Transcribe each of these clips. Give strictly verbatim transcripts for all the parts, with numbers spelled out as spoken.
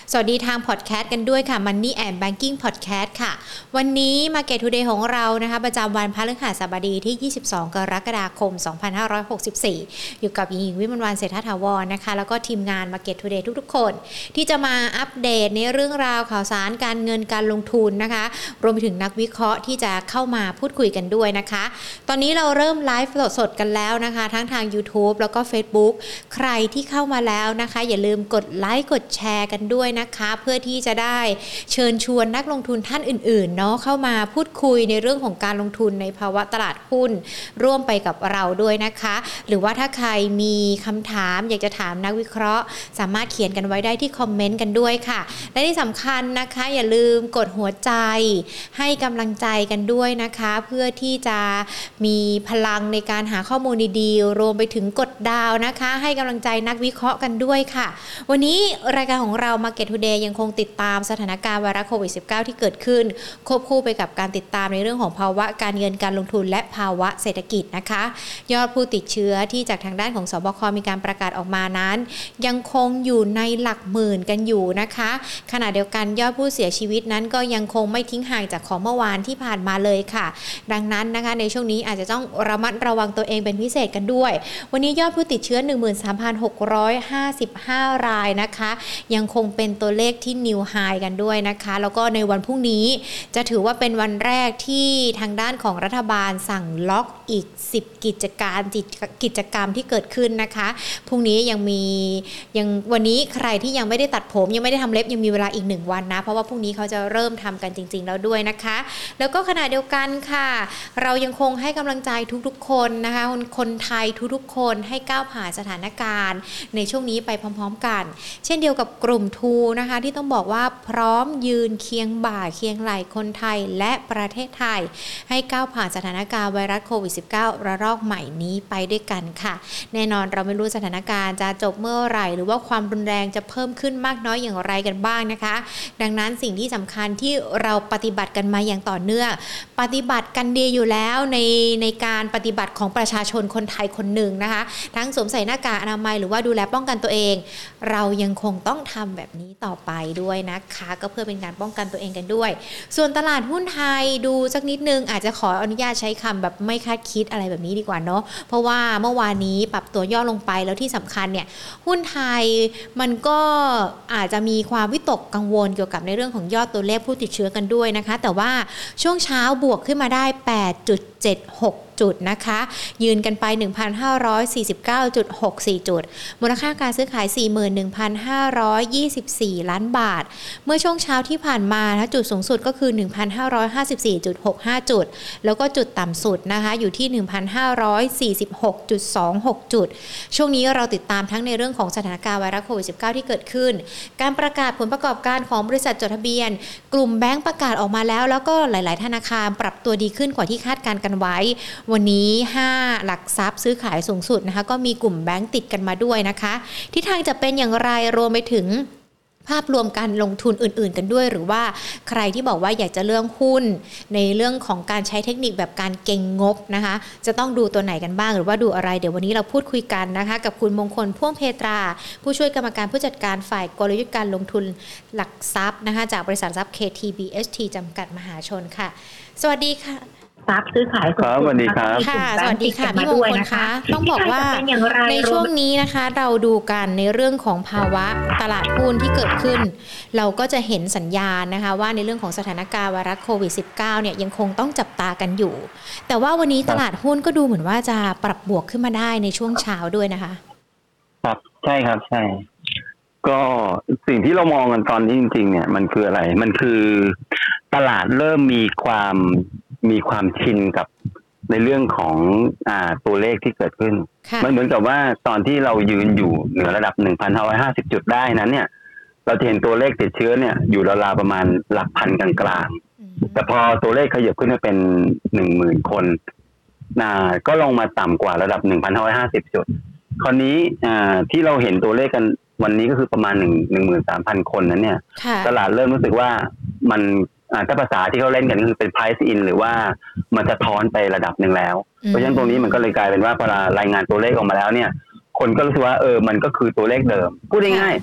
สวัสดีทางพอดแคสต์กันด้วยค่ะ Money and Banking Podcast ค่ะวันนี้ Market Today ของเรานะคะประจำวันพฤหัสบดีที่ยี่สิบสองกรกฎาคมสองพันห้าร้อยหกสิบสี่อยู่กับหญิงวิมลวรรณเศรษฐถาวรนะคะแล้วก็ทีมงาน Market Today ทุกๆคนที่จะมาอัปเดตในเรื่องราวข่าวสารการเงินการลงทุนนะคะรวมไปถึงนักวิเคราะห์ที่จะเข้ามาพูดคุยกันด้วยนะคะตอนนี้เราเริ่มไลฟ์สดๆกันแล้วนะคะทั้งทาง YouTube แล้วก็ Facebook ใครที่เข้ามาแล้วนะคะอย่าลืมกดไลค์กดแชร์กันด้วยนะคะเพื่อที่จะได้เชิญชวนนักลงทุนท่านอื่นๆเนาะเข้ามาพูดคุยในเรื่องของการลงทุนในภาวะตลาดหุ้นร่วมไปกับเราด้วยนะคะหรือว่าถ้าใครมีคำถามอยากจะถามนักวิเคราะห์สามารถเขียนกันไว้ได้ที่คอมเมนต์กันด้วยค่ะและที่สำคัญนะคะอย่าลืมกดหัวใจให้กำลังใจกันด้วยนะคะเพื่อที่จะมีพลังในการหาข้อมูลดีๆรวมไปถึงกดดาวนะคะให้กำลังใจนักวิเคราะห์กันด้วยค่ะวันนี้รายการของเรา Market Today ยังคงติดตามสถานการณ์ไวรัสโควิด สิบเก้า ที่เกิดขึ้นควบคู่ไปกับการติดตามในเรื่องของภาวะการเงินการลงทุนและภาวะเศรษฐกิจนะคะยอดผู้ติดเชื้อที่จากทางด้านของสบคมีการประกาศออกมานั้นยังคงอยู่ในหลักหมื่นกันอยู่นะคะขณะเดียวกันยอดผู้เสียชีวิตนั้นก็ยังคงไม่ทิ้งห่างจากของเมื่อวานที่ผ่านมาเลยค่ะดังนั้นนะคะในช่วงนี้อาจจะต้องระมัดระวังตัวเองเป็นพิเศษกันด้วยวันนี้ยอดผู้ติดเชื้อ หนึ่งหมื่นสามพันหกร้อยห้าสิบห้า รายนะคะยังคงเป็นตัวเลขที่นิวไฮกันด้วยนะคะแล้วก็ในวันพรุ่งนี้จะถือว่าเป็นวันแรกที่ทางด้านของรัฐบาลสั่งล็อกอีกสิบกิจการกิจกรรมที่เกิดขึ้นนะคะพรุ่งนี้ยังมียังวันนี้ใครที่ยังไม่ได้ตัดผมยังไม่ได้ทำเล็บยังมีเวลาอีกหนึ่งวันนะเพราะว่าพรุ่งนี้เขาจะเริ่มทำกันจริงๆแล้วด้วยนะคะแล้วก็ขณะเดียวกันค่ะเรายังคงให้กำลังใจทุกๆคนนะคะคนไทยทุกๆคนให้ก้าวผ่านสถานการณ์ในช่วงนี้ไปพร้อมๆกันเช่นเดียวกับกลุ่มทูนะคะที่ต้องบอกว่าพร้อมยืนเคียงบ่าเคียงไหล่คนไทยและประเทศไทยให้ก้าวผ่านสถานการณ์ไวรัสโควิด สิบเก้า ระลอกใหม่นี้ไปด้วยกันค่ะแน่นอนเราไม่รู้สถานการณ์จะจบเมื่อไหร่หรือว่าความรุนแรงจะเพิ่มขึ้นมากน้อยอย่างไรกันบ้างนะคะดังนั้นสิ่งที่สำคัญที่เราปฏิบัติกันมาอย่างต่อเนื่องปฏิบัติกันดีอยู่แล้วในในการปฏิบัติของประชาชนคนไทยคนหนึ่งนะคะทั้งสวมใส่หน้ากากอนามัยหรือว่าดูแลป้องกันตัวเองเรายังคงต้องทำแบบนี้ต่อไปด้วยนะคะก็เพื่อเป็นการป้องกันตัวเองกันด้วยส่วนตลาดหุ้นไทยดูสักนิดนึงอาจจะขออนุญาตใช้คำแบบไม่คาดคิดอะไรแบบนี้ดีกว่าเนาะเพราะว่าเมื่อวานนี้ปรับตัวย่อลงไปแล้วที่สำคัญเนี่ยหุ้นไทยมันก็อาจจะมีความวิตกกังวลเกี่ยวกับในเรื่องของยอดตัวเลขผู้ติดเชื้อกันด้วยนะคะแต่ว่าช่วงเช้าบวกขึ้นมาได้ แปดจุดเจ็ดหก จุดนะคะยืนกันไป หนึ่งพันห้าร้อยสี่สิบเก้าจุดหกสี่ จุดมูลค่าการซื้อขาย สี่หมื่นหนึ่งพันห้าร้อยยี่สิบสี่ ล้านบาทเมื่อช่วงเช้าที่ผ่านมานะจุดสูงสุดก็คือ หนึ่งพันห้าร้อยห้าสิบสี่จุดหกห้า จุดแล้วก็จุดต่ำสุดนะคะอยู่ที่ หนึ่งพันห้าร้อยสี่สิบหกจุดสองหก จุดช่วงนี้เราติดตามทั้งในเรื่องของสถานการณ์ไวรัสโควิด สิบเก้า ที่เกิดขึ้นการประกาศผลประกอบการของบริษัทจดทะเบียนกลุ่มแบงก์ประกาศออกมาแล้วแล้วก็หลายๆธนาคารปรับตัวดีขึ้นกว่าที่คาดการณ์กันไว้วันนี้ห้าหลักทรัพย์ซื้อขายสูงสุดนะคะก็มีกลุ่มแบงก์ติดกันมาด้วยนะคะทิศทางจะเป็นอย่างไรรวมไปถึงภาพรวมการลงทุนอื่นๆกันด้วยหรือว่าใครที่บอกว่าอยากจะเลือกหุ้นในเรื่องของการใช้เทคนิคแบบการเก็งงบนะคะจะต้องดูตัวไหนกันบ้างหรือว่าดูอะไรเดี๋ยววันนี้เราพูดคุยกันนะคะกับคุณมงคลพ่วงเพตราผู้ช่วยกรรมการผู้จัดการฝ่ายกลยุทธ์การลงทุนหลักทรัพย์นะคะจากบริษัททรัพย์ เค ที บี เอช ที จำกัดมหาชนค่ะสวัสดีค่ะทรัพย์ซื้อขายครับสวัสดีครับค่ะสวัสดีค่ะพี่มงคลคะต้องบอกว่าในช่วงนี้นะคะเราดูกันในเรื่องของภาวะตลาดหุ้นที่เกิดขึ้นเราก็จะเห็นสัญญาณนะคะว่าในเรื่องของสถานการณ์ไวรัสโควิด สิบเก้า เนี่ยยังคงต้องจับตากันอยู่แต่ว่าวันนี้ตลาดหุ้นก็ดูเหมือนว่าจะปรับบวกขึ้นมาได้ในช่วงเช้าด้วยนะคะครับใช่ครับใช่ก็สิ่งที่เรามองกันตอนนี้จริงๆเนี่ยมันคืออะไรมันคือตลาดเริ่มมีความมีความชินกับในเรื่องของอ่าตัวเลขที่เกิดขึ้นมันเหมือนกับว่าตอนที่เรายืนอยู่เหนือระดับ หนึ่งพันห้าร้อยห้าสิบ จุดได้นั้นเนี่ยเราจะเห็นตัวเลขติดเชื้อเนี่ยอยู่ราวๆประมาณหลักพันกลางๆแต่พอตัวเลขขยับขึ้นมาเป็น หนึ่งหมื่น คนน่ะก็ลงมาต่ำกว่าระดับ หนึ่งพันห้าร้อยห้าสิบ จุดคราวนี้อ่าที่เราเห็นตัวเลขกันวันนี้ก็คือประมาณหนึ่ง หนึ่งหมื่นสามพัน คนนั้นเนี่ยตลาดเริ่มรู้สึกว่ามันถ้าภาษาที่เขาเล่นกันก็คือเป็น price in หรือว่ามันจะท้อนไประดับหนึ่งแล้วเพราะฉะนั้นตรงนี้มันก็เลยกลายเป็นว่าพอรายงานตัวเลขออกมาแล้วเนี่ยคนก็รู้สึกว่าเออมันก็คือตัวเลขเดิมพูดง่ายๆ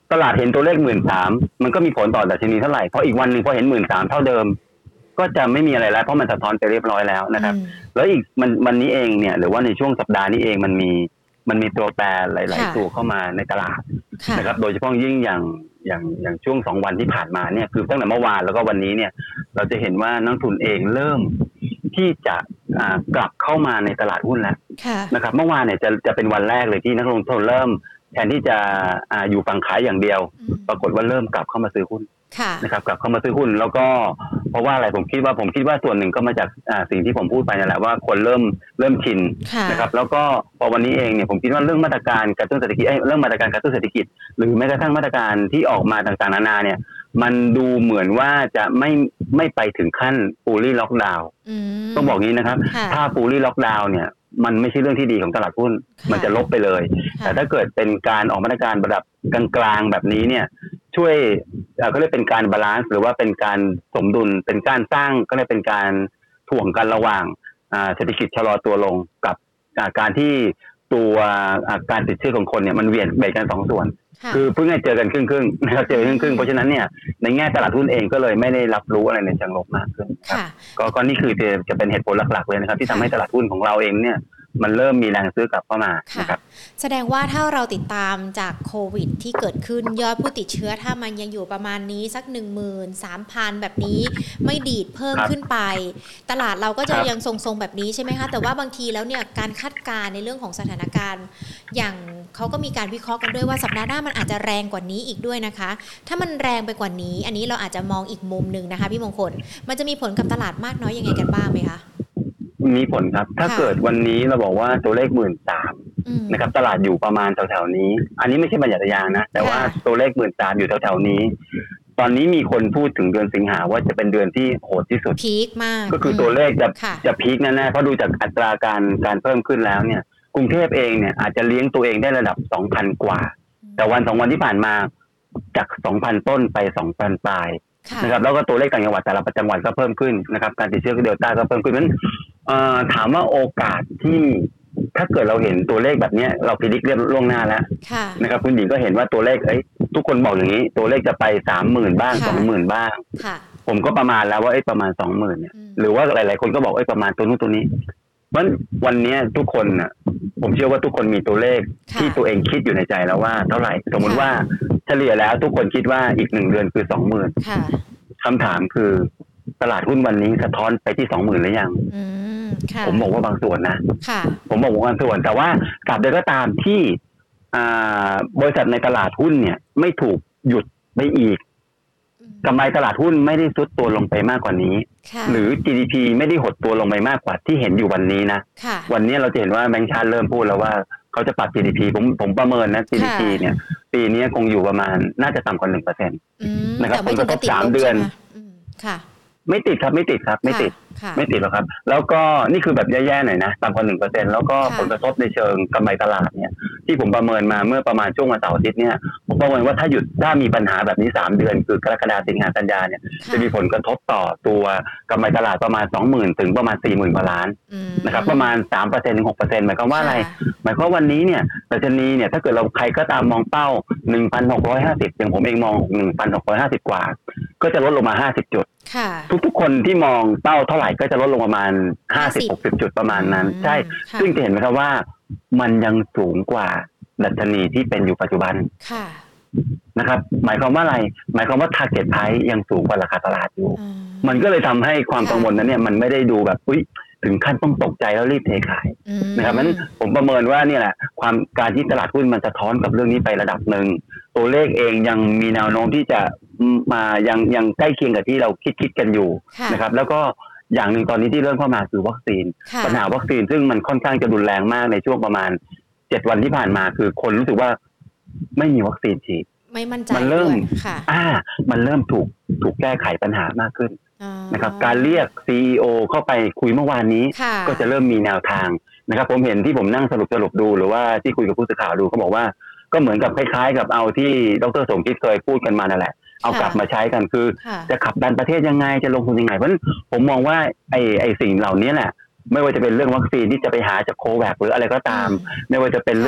ตลาดเห็นตัวเลขหมื่นสามมันก็มีผลต่อดัชนีเท่าไหร่เพราะอีกวันนึงพอเห็นหมื่นสามเท่าเดิมก็จะไม่มีอะไรแล้วเพราะมันสะท้อนไปเรียบร้อยแล้วนะครับแล้วอีกมันวันนี้เองเนี่ยหรือว่าในช่วงสัปดาห์นี้เองมันมีมันมีตัวแปรหลายๆตัวเข้ามาในตลาดนะครับโดยเฉพาะยิ่งอย่างอย่างอย่างช่วงสองวันที่ผ่านมาเนี่ยคือตั้งแต่เมื่อวานแล้วก็วันนี้เนี่ยเราจะเห็นว่านักทุนเองเริ่มที่จะกลับเข้ามาในตลาดหุ้นแล้วนะครับเมื่อวานเนี่ยจะจะเป็นวันแรกเลยที่นักลงทุนเริ่มแทนที่จะอ่าอยู่ฝั่งขายอย่างเดียวปรากฏว่าเริ่มกลับเข้ามาซื้อหุ้นนะครับกลับเข้ามาซื้อหุ้นแล้วก็เพราะว่าอะไรผมคิดว่าผมคิดว่าส่วนหนึ่งก็มาจากอ่าสิ่งที่ผมพูดไปนั่นแหละว่าคนเริ่มเริ่มชินนะครับแล้วก็พอวันนี้เองเนี่ยผมคิดว่าเรื่องมาตรการกระตุ้นเศรษฐกิจเรื่องมาตรการกระตุ้นเศรษฐกิจหรือแม้กระทั่งมาตรการที่ออกมาต่างๆนานาเนี่ยมันดูเหมือนว่าจะไม่ไม่ไปถึงขั้น fully lockdown ต้องบอกงี้นะครับถ้า fully lockdown เนี่ยมันไม่ใช่เรื่องที่ดีของตลาดหุ้นมันจะลบไปเลยแต่ถ้าเกิดเป็นการออกมาตรการระดับกลางๆแบบนี้เนี่ยช่วยเขาเรียกเป็นการบาลานซ์หรือว่าเป็นการสมดุลเป็นการสร้างก็เรียกเป็นการถ่วงกันระหว่างเศรษฐกิจชะลอตัวลงกับการที่ตัวการติดเชื้อของคนเนี่ยมันเวียนเบียดกันสองส่วนคือเพิ่งให้เจอกันครึ่งครึ่งนะครับเจอครึ่งครึ่งเพราะฉะนั้นเนี่ยในแง่ตลาดหุ้นเองก็เลยไม่ได้รับรู้อะไรในเชิงลบมากขึ้นครับก็ก็นี่คือจะจะเป็นเหตุผลหลักๆเลยนะครับที่ทำให้ตลาดหุ้นของเราเองเนี่ยมันเริ่มมีแรงซื้อกลับเข้ามานะครับแสดงว่าถ้าเราติดตามจากโควิดที่เกิดขึ้นยอดผู้ติดเชื้อถ้ามันยังอยู่ประมาณนี้สัก หนึ่งหมื่นสามพัน แบบนี้ไม่ดีดเพิ่มขึ้นไปตลาดเราก็จะยังทรงๆแบบนี้ใช่ไหมคะแต่ว่าบางทีแล้วเนี่ยการคาดการณ์ในเรื่องของสถานการณ์อย่างเขาก็มีการวิเคราะห์กันด้วยว่าสัปดาห์หน้ามันอาจจะแรงกว่านี้อีกด้วยนะคะถ้ามันแรงไปกว่านี้อันนี้เราอาจจะมองอีกมุมนึงนะคะพี่มงคลมันจะมีผลกับตลาดมากน้อยยังไงกันบ้างไหมคะมีผลครับถ้าเกิดวันนี้เราบอกว่าตัวเลขหมื่นสามนะครับตลาดอยู่ประมาณแถวๆนี้อันนี้ไม่ใช่บรรยัติยางนะแต่ว่าตัวเลขหมื่นสามอยู่แถวๆนี้ตอนนี้มีคนพูดถึงเดือนสิงหาว่าจะเป็นเดือนที่โหดที่สุดพีคมากก็คือตัวเลขจะจะพีคแน่ๆเพราะดูจากอัตราการการเพิ่มขึ้นแล้วเนี่ยกรุงเทพเองเนี่ยอาจจะเลี้ยงตัวเองได้ระดับ สองพัน กว่าแต่วันสองวันที่ผ่านมาจาก สองพัน ต้นไป สองพัน ปลายนะครับแล้วก็ตัวเลขต่างจังหวัดแต่ละจังหวัดก็เพิ่มขึ้นนะครับการติดเชื้อเดลต้าก็เพิ่มขึ้นนั้นถามว่าโอกาสที่ถ้าเกิดเราเห็นตัวเลขแบบนี้เราพิจิตรเรียบล่วงหน้าแล้วนะครับคุณหญิงก็เห็นว่าตัวเลขเอ้ยทุกคนบอกอย่างนี้ตัวเลขจะไป สามหมื่น บ้าง สองหมื่น บ้างผมก็ประมาณแล้วว่าเอ้ยประมาณ สองหมื่น เนี่ยหรือว่าหลายๆคนก็บอกเอ้ยประมาณตัวนู้นตัวนี้เพราะวันนี้ทุกคนน่ะผมเชื่อว่าทุกคนมีตัวเลขที่ตัวเองคิดอยู่ในใจแล้วว่าเท่าไหร่สมมติว่าเฉลี่ยแล้วทุกคนคิดว่าอีกหนึ่งเดือนคือ สองหมื่น คำถามคือตลาดหุ้นวันนี้สะท้อนไปที่ สองหมื่น หรือยังผมบอกว่าบางส่วนนะผมบอกว่าบางส่วนแต่ว่ากลับใดก็ตามที่บริษัทในตลาดหุ้นเนี่ยไม่ถูกหยุดไปอีกกำไรตลาดหุ้นไม่ได้ทรุดตัวลงไปมากกว่านี้หรือ จี ดี พี ไม่ได้หดตัวลงไปมากกว่าที่เห็นอยู่วันนี้นะวันนี้เราจะเห็นว่าแบงก์ชาติเริ่มพูดแล้วว่าเขาจะปรับ จี ดี พี ผมผมประเมินนะ จี ดี พี เนี่ยปีนี้คงอยู่ประมาณน่าจะต่ำกว่า หนึ่งเปอร์เซ็นต์ นะครับผลกระทบสามเดือนไม่ติดครับไม่ติดครับไม่ติดไม่ติดหรอกครับแล้วก็นี่คือแบบแย่ๆหน่อยนะต่ำกว่า หนึ่งเปอร์เซ็นต์ แล้วก็ผลกระทบในเชิงกำไรตลาดเนี่ยที่ผมประเมินมาเมื่อประมาณช่วงวันเสาร์อาทิตย์เนี่ยผมประเมินว่าถ้าหยุดถ้ามีปัญหาแบบนี้สามเดือนคือกรกฎาคมสิงหากันยาเนี่ยจะมีผลกระทบต่อตัวกำไรตลาดประมาณ สองหมื่น ถึงประมาณ สี่หมื่น กว่าล้านนะครับประมาณ สามเปอร์เซ็นต์ ถึง หกเปอร์เซ็นต์ หมายความว่าอะไรหมายความว่าวันนี้เนี่ยดัชนีเนี่ยถ้าเกิดเราใครก็ตามมองเป้า หนึ่งพันหกร้อยห้าสิบ อย่างผมเองมอง หนึ่งพันหกร้อยห้าสิบ กว่าก็จะลดลงมาห้าสิบจุดทุกๆคนที่มองเป้าเท่าไหร่ก็จะลดลงประมาณ ห้าสิบ หกสิบ จุดประมาณนั้นใช่ซึ่งจะเห็นไหมครับว่ามันยังสูงกว่าดัชนีที่เป็นอยู่ปัจจุบันนะครับหมายความว่าอะไรหมายความว่า target price ยังสูงกว่าราคาตลาดอยู่มันก็เลยทำให้ความกังวลนั้นเนี่ยมันไม่ได้ดูแบบอุ๊ยถึงขั้นต้องตกใจแล้วรีบเทขายนะครับงั้นผมประเมินว่านี่แหละความการที่ตลาดหุ้นมันสะท้อนกับเรื่องนี้ไประดับหนึ่งตัวเลขเองยังมีแนวโน้มที่จะมายังยังใกล้เคียงกับที่เราคิดคิดกันอยู่นะครับแล้วก็อย่างหนึ่งตอนนี้ที่เริ่มเข้ามาคือวัคซีนปัญหาวัคซีนซึ่งมันค่อนข้างจะรุนแรงมากในช่วงประมาณเจ็ดวันที่ผ่านมาคือคนรู้สึกว่าไม่มีวัคซีนฉีดไม่มั่นใจมันเริ่มอ่ามันเริ่มถูกถูกแก้ไขปัญหามากขึ้นนะครับการเรียก ซี อี โอ เข้าไปคุยเมื่อวานนี้ก็จะเริ่มมีแนวทางนะครับผมเห็นที่ผมนั่งสรุปสรุปดูหรือว่าที่คุยกับผู้สื่อข่าวดูเขาบอกว่าก็เหมือนกับคล้ายๆกับเอาที่ดร.สมคิดเคยพูดกันมานั่นแหละเอากลับมาใช้กันคือจะขับดันประเทศยังไงจะลงทุนยังไงเพราะฉะนั้นผมมองว่าไอ้ไอ้สิ่งเหล่านี้แหละไม่ว่าจะเป็นเรื่องวัคซีนที่จะไปหาจากโคแวคหรืออะไรก็ตามไม่ว่าจะเป็นเรื่อง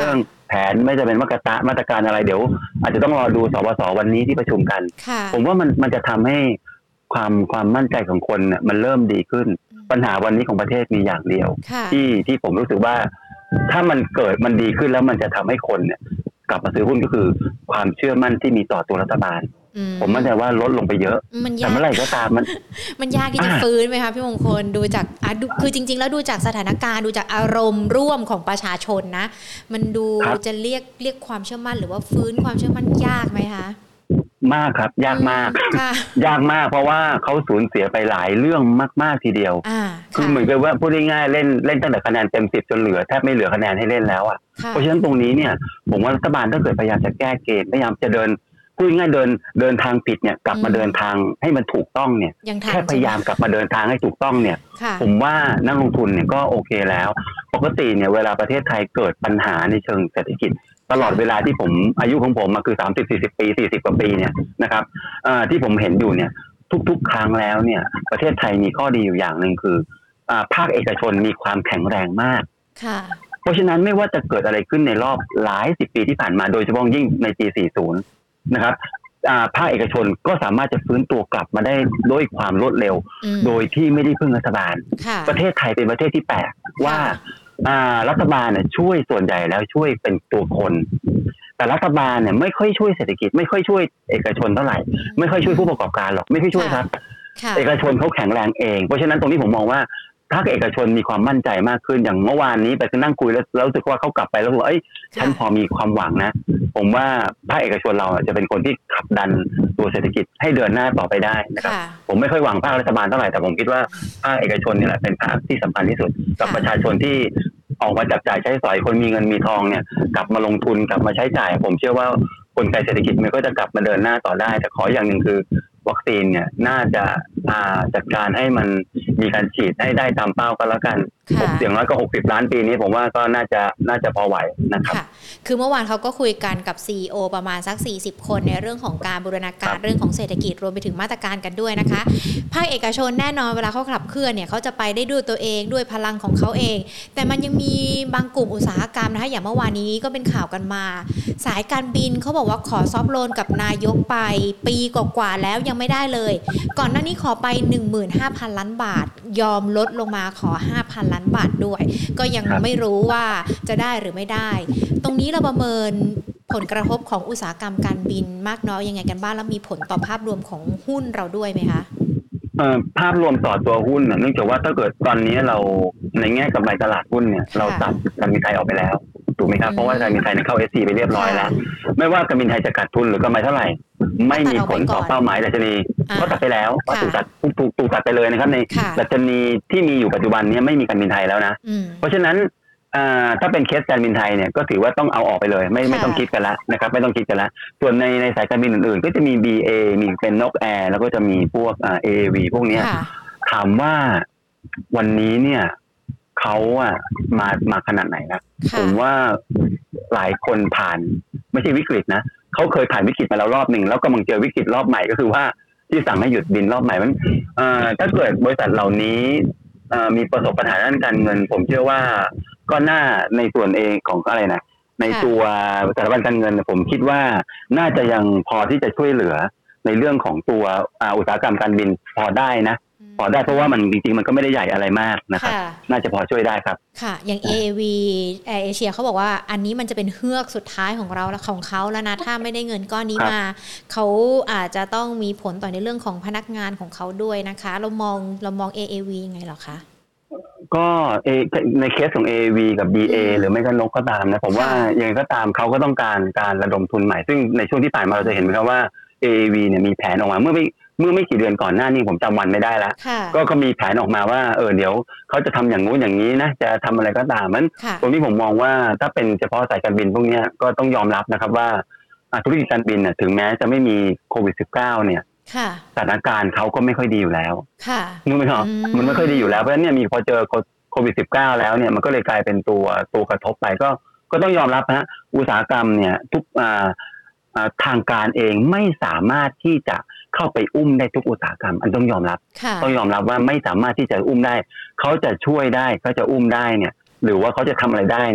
แผนไม่จะเป็นมาตรการมาตรการอะไรเดี๋ยวอาจจะต้องรอดูสบสวันนี้ที่ประชุมกันผมว่ามันมันจะทำให้ความความมั่นใจของคนเนี่ยมันเริ่มดีขึ้นปัญหาวันนี้ของประเทศมีอย่างเดียวที่ที่ผมรู้สึกว่าถ้ามันเกิดมันดีขึ้นแล้วมันจะทำให้คนเนี่ยกลับมาซื้อหุ้นก็คือความเชื่อมั่นที่มีต่อตัวรัฐบาลผมมั่นใจว่าลดลงไปเยอะแต่เมื่อไหร่ก็ตามมันมันยากที่จะฟื้นไหมคะพี่มงคลดูจากอ่ะคือจริงๆแล้วดูจากสถานการณ์ดูจากอารมณ์ร่วมของประชาชนนะมันดูจะเรียกเรียกความเชื่อมั่นหรือว่าฟื้นความเชื่อมั่นยากไหมคะมากครับยากมากยากมากเพราะว่าเขาสูญเสียไปหลายเรื่องมากๆทีเดียวคือเหมือนกับว่าพูดง่ายๆเล่นเล่นตั้งแต่คะแนนเต็มสิบจนเหลือแทบไม่เหลือคะแนนให้เล่นแล้วอ่ะเพราะฉะนั้นตรงนี้เนี่ยผมว่ารัฐบาลถ้าเกิดพยายามจะแก้เกมพยายามจะเดินพูดง่ายๆเดินเดินทางผิดเนี่ยกลับมาเดินทางให้มันถูกต้องเนี่ยแค่พยายามกลับมาเดินทางให้ถูกต้องเนี่ยผมว่านักลงทุนเนี่ยก็โอเคแล้วปกติเนี่ยเวลาประเทศไทยเกิดปัญหาในเชิงเศรษฐกิจตลอดเวลาที่ผมอายุของผมมาคือสามสิบ สี่สิบปีสี่สิบกว่าปีเนี่ยนะครับเอ่อที่ผมเห็นอยู่เนี่ยทุกๆครั้งแล้วเนี่ยประเทศไทยมีข้อดีอยู่อย่างนึงคืออ่าภาคเอกชนมีความแข็งแรงมากค่ะเพราะฉะนั้นไม่ว่าจะเกิดอะไรขึ้นในรอบหลายสิบปีที่ผ่านมาโดยเฉพาะยิ่งใน จี สี่สิบ นะครับอ่าภาคเอกชนก็สามารถจะฟื้นตัวกลับมาได้ด้วยความรวดเร็วโดยที่ไม่ได้พึ่งรัฐบาลประเทศไทยเป็นประเทศที่แปลกว่าอ่ารัฐบาลเนี่ยช่วยส่วนใหญ่แล้วช่วยเป็นตัวคนแต่รัฐบาลเนี่ยไม่ค่อยช่วยเศรษฐกิจไม่ค่อยช่วยเอกชนเท่าไหร่ไม่ค่อยช่วยผู้ประกอบการหรอกไม่ค่อยช่วยครับเอกชนเขาแข็งแรงเองเพราะฉะนั้นตรงนี้ผมมองว่าถ้าเอกชนมีความมั่นใจมากขึ้นอย่างเมื่อวานนี้ไปนั่งคุยแล้วแล้วรู้สึกว่าเขากลับไปแล้วบอกเอ้ยฉันพอมีความหวังนะผมว่าภาคเอกชนเราจะเป็นคนที่ขับดันตัวเศรษฐกิจให้เดินหน้าต่อไปได้นะครับผมไม่ค่อยหวังภาครัฐบาลเท่าไหร่แต่ผมคิดว่าภาคเอกชนนี่แหละเป็นภาคที่สำคัญที่สุดกับประชาชนที่ออกมาจับจ่ายใช้สอยคนมีเงินมีทองเนี่ยกลับมาลงทุนกลับมาใช้จ่ายผมเชื่อว่ากลไกเศรษฐกิจมันก็จะกลับมาเดินหน้าต่อได้แต่ขออย่างหนึ่งคือวัคซีนเนี่ยน่าจะจัดการให้มันมีการฉีดให้ได้ตามเป้าก็แล้วกันอย่างน้อยก็หกสิบล้านปีนี้ผมว่าก็น่าจะน่าจะพอไหวนะครับคือเมื่อวานเขาก็คุยกันกับ ซี อี โอ ประมาณสักสี่สิบคนในเรื่องของการบูรณาการเรื่องของเศรษฐกิจรวมไปถึงมาตรการกันด้วยนะคะภาคเอกชนแน่นอนเวลาเขาขับเคลื่อนเนี่ยเขาจะไปได้ด้วยตัวเองด้วยพลังของเขาเองแต่มันยังมีบางกลุ่มอุตสาหกรรมนะคะอย่างเมื่อวานนี้ก็เป็นข่าวกันมาสายการบินเขาบอกว่าขอซอฟต์โลนกับนายกไปปีกว่าๆแล้วยังไม่ได้เลยก่อนหน้านี้ขอไป หนึ่งหมื่นห้าพัน ล้านบาทยอมลดลงมาขอ ห้าพัน ล้านบาทด้วยก็ยังไม่รู้ว่าจะได้หรือไม่ได้ตรงนี้เราประเมินผลกระทบของอุตสาหกรรมการบินมากน้อยยังไงกันบ้างแล้วมีผลต่อภาพรวมของหุ้นเราด้วยไหมคะภาพรวมต่อตัวหุ้นเนื่องจากว่าถ้าเกิดตอนนี้เราในแง่กำไรตลาดหุ้นเนี่ยเราตัดการบินไทยออกไปแล้วถูกไหมครับเพราะว่าการบินไทยเข้า เอส ซี ไปเรียบร้อยแล้วไม่ว่าการบินไทยจะขาดทุนหรือกำไรเท่าไหร่ไม่มีผลต่อเป้าหมายดัชนีก็ตัดไปแล้วก็ถูกตัดถูกถูกตัดไปเลยนะครับในดัชนีที่มีอยู่ปัจจุบันนี้ไม่มีการบินไทยแล้วนะเพราะฉะนั้นถ้าเป็นเคสการบินไทยเนี่ยก็ถือว่าต้องเอาออกไปเลยไม่ไม่ต้องคิดกันละนะครับไม่ต้องคิดกันละส่วนในในสายการบินอื่นๆก็จะมี บี เอ มีเป็นนกแอร์แล้วก็จะมีพวก เอ เอ วี พวกนี้ถามว่าวันนี้เนี่ยเขาอะมามาขนาดไหนนะผมว่าหลายคนผ่านไม่ใช่วิกฤตนะเขาเคยผ่านวิกฤตมาแล้วรอบหนึ่งแล้วกำลังเจอวิกฤตรอบใหม่ก็คือว่าที่สั่งให้หยุดบินรอบใหม่มันถ้าเกิดบริษัทเหล่านี้มีประสบปัญหาด้านการเงินผมเชื่อว่าก็น่าในส่วนเองของอะไรนะในตัวสถาบันการเงินผมคิดว่าน่าจะยังพอที่จะช่วยเหลือในเรื่องของตัวอุตสาหกรรมการบินพอได้นะพอได้เพราะว่ามันจริงๆมันก็ไม่ได้ใหญ่อะไรมากนะครับน่าจะพอช่วยได้ครับค่ะอย่าง เอ เอ วี แอร์เอเชียเขาบอกว่าอันนี้มันจะเป็นเฮือกสุดท้ายของเราและของเขาแล้วนะถ้าไม่ได้เงินก้อนนี้มาเขาอาจจะต้องมีผลต่อในเรื่องของพนักงานของเขาด้วยนะคะเรามองเรามอง เอ เอ วี ยังไงหรอคะก็ในเคสของ เอ เอ วี กับ บี เอ หรือไม่ก็นกก็ตามนะผมว่ายังไงก็ตามเขาก็ต้องการการระดมทุนใหม่ซึ่งในช่วงที่ผ่านมาเราจะเห็นไหมครับว่า เอ เอ วี เนี่ยมีแผนออกมาเมื่อไม่เมื่อไม่กี่เดือนก่อนหน้านี้ผมจำวันไม่ได้แล้วก็ก็มีแผนออกมาว่าเออเดี๋ยวเขาจะทำอย่างงู้นอย่างนี้นะจะทำอะไรก็ตามมันตรงนี้ผมมองว่าถ้าเป็นเฉพาะสายการบินพวกนี้ก็ต้องยอมรับนะครับว่าธุรกิจการบินเนี่ยถึงแม้จะไม่มีโควิด สิบเก้า เนี่ยสถานการณ์เขาก็ไม่ค่อยดีอยู่แล้วนึกไหมครับมันไม่ค่อยดีอยู่แล้วเพราะฉะนั้นเนี่ยมีพอเจอโควิด สิบเก้า แล้วเนี่ยมันก็เลยกลายเป็นตัวตัวกระทบไปก็ก็ต้องยอมรับนะอุตสาหกรรมเนี่ยทุกทางการเองไม่สามารถที่จะเข้าไปอุ้มได้ทุกอุตสาหกรรมอันต้องยอมรับต้องยอมรับว่าไม่สามารถที่จะอุ้มได้เขาจะช่วยได้เขาจะอุ้มได้เนี่ยหรือว่าเขาจะทำอะไรได้เนี่ย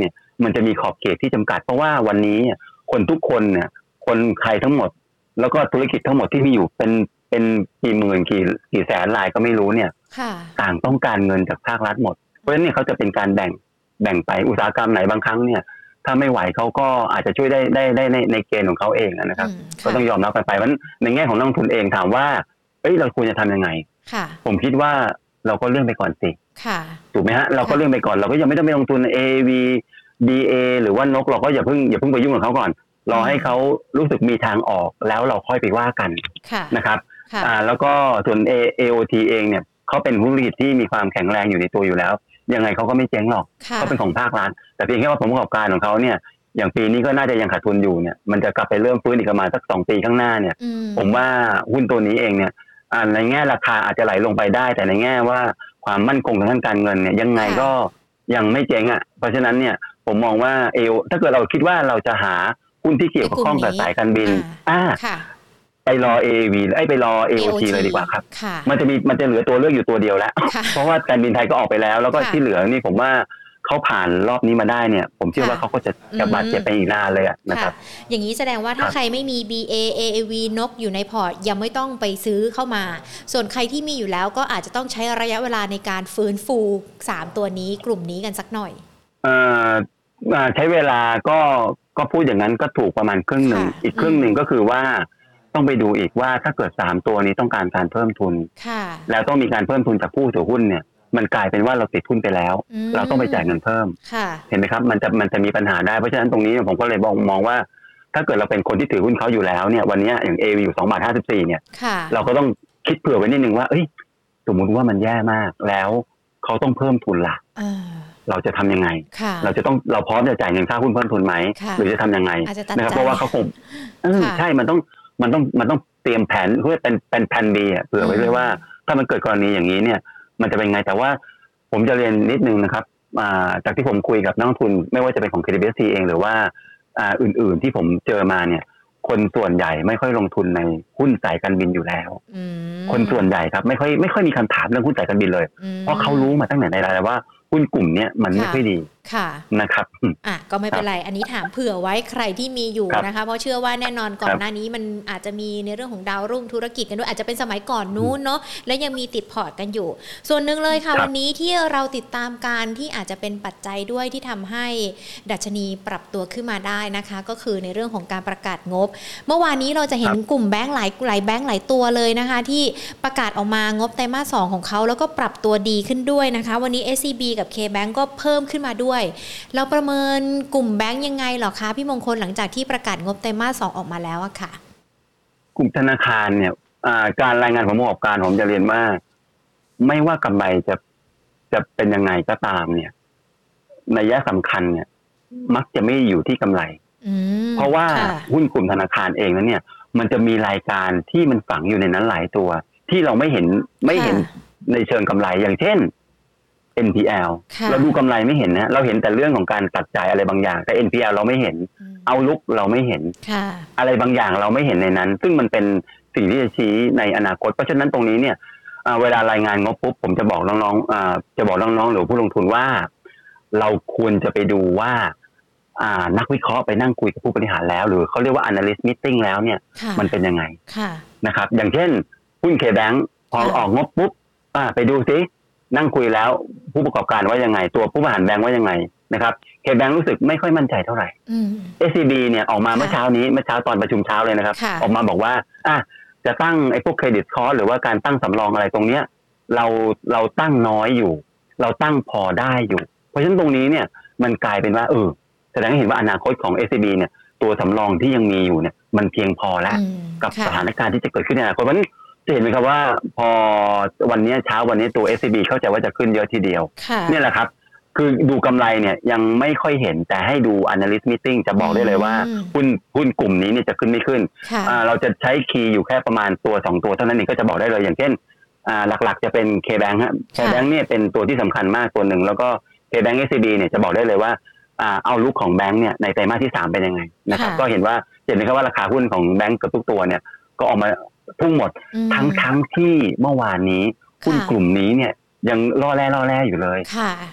มันจะมีขอบเขตที่จำกัดเพราะว่าวันนี้คนทุกคนเนี่ยคนไทยทั้งหมดแล้วก็ธุรกิจทั้งหมดที่มีอยู่เป็นเป็นกี่หมื่นกี่กี่แสนรายก็ไม่รู้เนี่ยต่างต้องการเงินจากภาครัฐหมดเพราะฉะนั้นเนี่ยเขาจะเป็นการแบ่งแบ่งไปอุตสาหกรรมไหนบางครั้งเนี่ยถ้าไม่ไหวเขาก็อาจจะช่วยได้ได้ได้ในในเกณฑ์ของเขาเองนะครับก็ต้องยอมรับกันไปเพราะฉะนั้นในแง่ของนักลงทุนเองถามว่าเอ้ยเราควรจะทำยังไงผมคิดว่าเราก็เลื่อนไปก่อนสิถูกไหมฮะเราก็เลื่อนไปก่อนเราก็ยังไม่ต้องไปลงทุน เอ วี ดี เอ หรือว่านกเราก็อย่าเพิ่งอย่าเพิ่งไปยุ่งกับเขาก่อนรอให้เขารู้สึกมีทางออกแล้วเราค่อยไปว่ากันนะครับอ่าแล้วก็ส่วน เอ โอ ที เองเนี่ยเขาเป็นธุรกิจที่มีความแข็งแรงอยู่ในตัวอยู่แล้วยังไงเขาก็ไม่เจ๊งหรอกเขาเป็นของภาครัฐแต่เพียงแค่ว่าผลประกอบการของเขาเนี่ยอย่างปีนี้ก็น่าจะยังขาดทุนอยู่เนี่ยมันจะกลับไปเริ่มฟื้นอีกประมาณสักสองปีข้างหน้าเนี่ยผมว่าหุ้นตัวนี้เองเนี่ยในแง่ราคาอาจจะไหลลงไปได้แต่ในแง่ว่าความมั่นคงทางด้านการเงินเนี่ยยังไงก็ยังไม่เจ๊งอ่ะเพราะฉะนั้นเนี่ยผมมองว่าเอวถ้าเกิดเราคิดว่าเราจะหาหุ้นที่เกี่ยวข้องกับสายการบินอ่าไปรอ เอ วี ไอ้ไปรอ เอ โอ ที เลยดีกว่าครับมันจะมีมันจะเหลือตัวเลือกอยู่ตัวเดียวแล้วเพราะว่าการบินไทยก็ออกไปแล้วแล้วก็ที่เหลือนี่ผมว่าเขาผ่านรอบนี้มาได้เนี่ยผมเชื่อว่าเขาก็จะจะบาดเจ็บไปอีกนานเลยนะครับอย่างนี้แสดงว่าถ้าใครไม่มี บี เอ เอ วี นกอยู่ในพอร์ตยังไม่ต้องไปซื้อเข้ามาส่วนใครที่มีอยู่แล้วก็อาจจะต้องใช้ระยะเวลาในการฟื้นฟูสามตัวนี้กลุ่มนี้กันสักหน่อยเอ่อใช้เวลาก็ก็พูดอย่างนั้นก็ถูกประมาณครึ่งหนึ่งอีกครึ่งหนึ่งก็คือว่าต้องไปดูอีกว่าถ้าเกิดสามตัวนี้ต้องการการเพิ่มทุนแล้วต้องมีการเพิ่มทุนจากผู้ถือหุ้นเนี่ยมันกลายเป็นว่าเราติดทุนไปแล้วเราต้องไปจ่ายเงินเพิ่มเห็นไหมครับมันจะมันจะมีปัญหาได้เพราะฉะนั้นตรงนี้ผมก็เลยมองว่าถ้าเกิดเราเป็นคนที่ถือหุ้นเขาอยู่แล้วเนี่ยวันนี้อย่าง เอ วี อยู่สองบาทห้าสิบสี่เนี่ยเราก็ต้องคิดเผื่อไว้นิดนึงว่าเอ้ยสมมุติว่ามันแย่มากแล้วเขาต้องเพิ่มทุนล่ะเราจะทำยังไงเราจะต้องเราพร้อมจะจ่ายเงินค่าหุ้นเพิ่มทุนไหมหรือจะทำยังไงนะครับเพราะว่าเขาคงใช่มันต้องมันต้องมันต้องเตรียมแผนเพื่อเป็นเป็นแผน B อ่ะเผื่อไว้ด้วยว่าถ้ามันเกิดกรณีอย่างนี้เนี่ยมันจะเป็นไงแต่ว่าผมจะเรียนนิดนึงนะครับจากที่ผมคุยกับนักลงทุนไม่ว่าจะเป็นของ เค ที บี เอส ซี เองหรือว่าอื่นๆที่ผมเจอมาเนี่ยคนส่วนใหญ่ไม่ค่อยลงทุนในหุ้นสายการบินอยู่แล้วคนส่วนใหญ่ครับไม่ค่อยไม่ค่อยมีคำถามเรื่องหุ้นสายการบินเลยเพราะเขารู้มาตั้งแต่ไหนแล้วว่าหุ้นกลุ่มนี้มันไม่ค่อยดีนะครับอ่ะก็ไม่เป็นไรอันนี้ถามเผื่อไว้ใครที่มีอยู่นะคะเพราะเชื่อว่าแน่นอนก่อนหน้านี้มันอาจจะมีในเรื่องของดาวรุ่งธุรกิจกันด้วยอาจจะเป็นสมัยก่อนนู้นเนาะและยังมีติดพอร์ตกันอยู่ส่วนหนึ่งเลยค่ะวันนี้ที่เราติดตามการที่อาจจะเป็นปัจจัยด้วยที่ทำให้ดัชนีปรับตัวขึ้นมาได้นะคะก็คือในเรื่องของการประกาศงบเมื่อวานนี้เราจะเห็นกลุ่มแบงก์หลายหลายแบงก์หลายตัวเลยนะคะที่ประกาศออกมางบไตรมาสสองของเขาแล้วก็ปรับตัวดีขึ้นด้วยนะคะวันนี้ เอส ซี บี กับ K-Bank ก็เพิ่มขึ้นมาด้วยเราประเมินกลุ่มแบงก์ยังไงหรอคะพี่มงคลหลังจากที่ประกาศงบไตรมาสสองออกมาแล้วอะค่ะกลุ่มธนาคารเนี่ยการรายงานผลประกอบการผมจะเรียนว่าไม่ว่ากำไรจะจะเป็นยังไงก็ตามเนี่ยนัยสำคัญเนี่ยมักจะไม่อยู่ที่กำไรเพราะว่าหุ้นกลุ่มธนาคารเองนั้นเนี่ยมันจะมีรายการที่มันฝังอยู่ในนั้นหลายตัวที่เราไม่เห็นไม่เห็นในเชิงกำไรอย่างเช่นเอ็น พี แอล เราดูกำไรไม่เห็นนะเราเห็นแต่เรื่องของการตัดจ่ายอะไรบางอย่างแต่ เอ็น พี แอล เราไม่เห็นเอาลุกเราไม่เห็นอะไรบางอย่างเราไม่เห็นในนั้นซึ่งมันเป็นสิ่งที่จะชี้ในอนาคตเพราะฉะนั้นตรงนี้เนี่ยเวลารายงานงบปุ๊บผมจะบอกน้องๆจะบอกน้องๆหรือผู้ลงทุนว่าเราควรจะไปดูว่านักวิเคราะห์ไปนั่งคุยกับผู้บริหารแล้วหรือเขาเรียกว่า analyst meeting แล้วเนี่ยมันเป็นยังไงนะครับอย่างเช่นหุ้น K-Bank พอออกงบปุ๊บไปดูซินั่งคุยแล้วผู้ประกอบการว่ายังไงตัวผู้บริหารแบงค์ว่ายังไงนะครับ K-Bank รู้สึกไม่ค่อยมั่นใจเท่าไหร่ เอส ซี บี เนี่ยออกมาเมื่อเช้านี้เมื่อเช้าตอนประชุมเช้าเลยนะครับออกมาบอกว่าอ่ะจะตั้งไอ้พวกเครดิตคอร์สหรือว่าการตั้งสำรองอะไรตรงเนี้ยเราเราตั้งน้อยอยู่เราตั้งพอได้อยู่เพราะฉะนั้นตรงนี้เนี่ยมันกลายเป็นว่าเออแสดงให้เห็นว่าอนาคตของ เอส ซี บี เนี่ยตัวสำรองที่ยังมีอยู่เนี่ยมันเพียงพอแล้วกับสถานการณ์ที่จะเกิดขึ้นในอนาคตเพราะฉะนั้นจะเห็นไหมครับว่าพอวันนี้เช้าวันนี้ตัว เอส ซี บี เข้าใจว่าจะขึ้นเยอะทีเดียวนี่แหละครับคือดูกำไรเนี่ยยังไม่ค่อยเห็นแต่ให้ดู analyst meeting จะบอกได้เลยว่าหุ้นหุ้นกลุ่มนี้เนี่ยจะขึ้นไม่ขึ้นเราจะใช้คีย์อยู่แค่ประมาณตัวสองตัวเท่านั้นเองก็จะบอกได้เลยอย่างเช่นหลักๆจะเป็น K-Bank ฮะ K-Bank เนี่ยเป็นตัวที่สำคัญมากตัวหนึ่งแล้วก็ K-Bank เอส ซี บี เนี่ยจะบอกได้เลยว่าเอาลุกของแบงค์เนี่ยในไตรมาสที่สามเป็นยังไงนะครับก็เห็นว่าเห็นไหมครับว่าราคาหุ้นของแบงค์กับทุกตัวเนี่ยก็ออกมาพุ่งหมดทั้งทั้งที่เมื่อวานนี้หุ้นกลุ่มนี้เนี่ยยังล่อแร่ล่อแร่อยู่เลย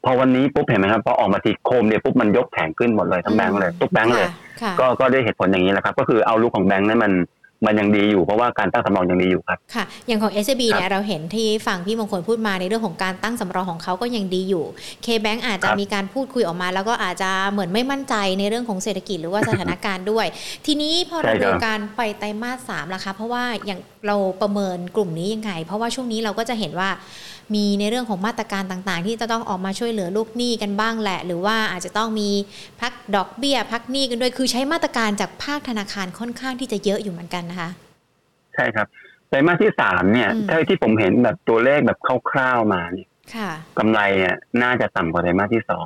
พอวันนี้ปุ๊บเห็นไหมครับพอออกมาทีโคมเดียวปุ๊บมันยกแข็งขึ้นหมดเลยทั้งแบงก์เลยทุกแบงก์เลยก็ก็ด้วยเหตุผลอย่างนี้แหละครับก็คือเอาลุกของแบงก์นั้นมันมันยังดีอยู่เพราะว่าการตั้งสำรองยังดีอยู่ครับค่ะอย่างของ เอส ซี บี เนี่ยเราเห็นที่ฝั่งพี่มงคลพูดมาในเรื่องของการตั้งสำรองของเขาก็ยังดีอยู่ K-Bank อาจจะมีการพูดคุยออกมาแล้วก็อาจจะเหมือนไม่มั่นใจในเรื่องของเศรษฐกิจหรือว่าสถานการณ์ด้วย ทีนี้พอเราดูการไปไตรมาสสามล่ะคะเพราะว่าอย่างเราประเมินกลุ่มนี้ยังไงเพราะว่าช่วงนี้เราก็จะเห็นว่ามีในเรื่องของมาตรการต่างๆที่จะต้องออกมาช่วยเหลือลูกหนี้กันบ้างแหละหรือว่าอาจจะต้องมีพักดอกเบี้ยพักหนี้กันด้วยคือใช้มาตรการจากภาคธนาคารค่อนข้างที่จะเยอะอยู่เหมือนกันนะคะใช่ครับไตรมาสที่สามเนี่ยเท่าที่ผมเห็นแบบตัวเลขแบบคร่าวๆมาเนี่ยกำไรเนี่ยน่าจะต่ำกว่าไตรมาสที่สอง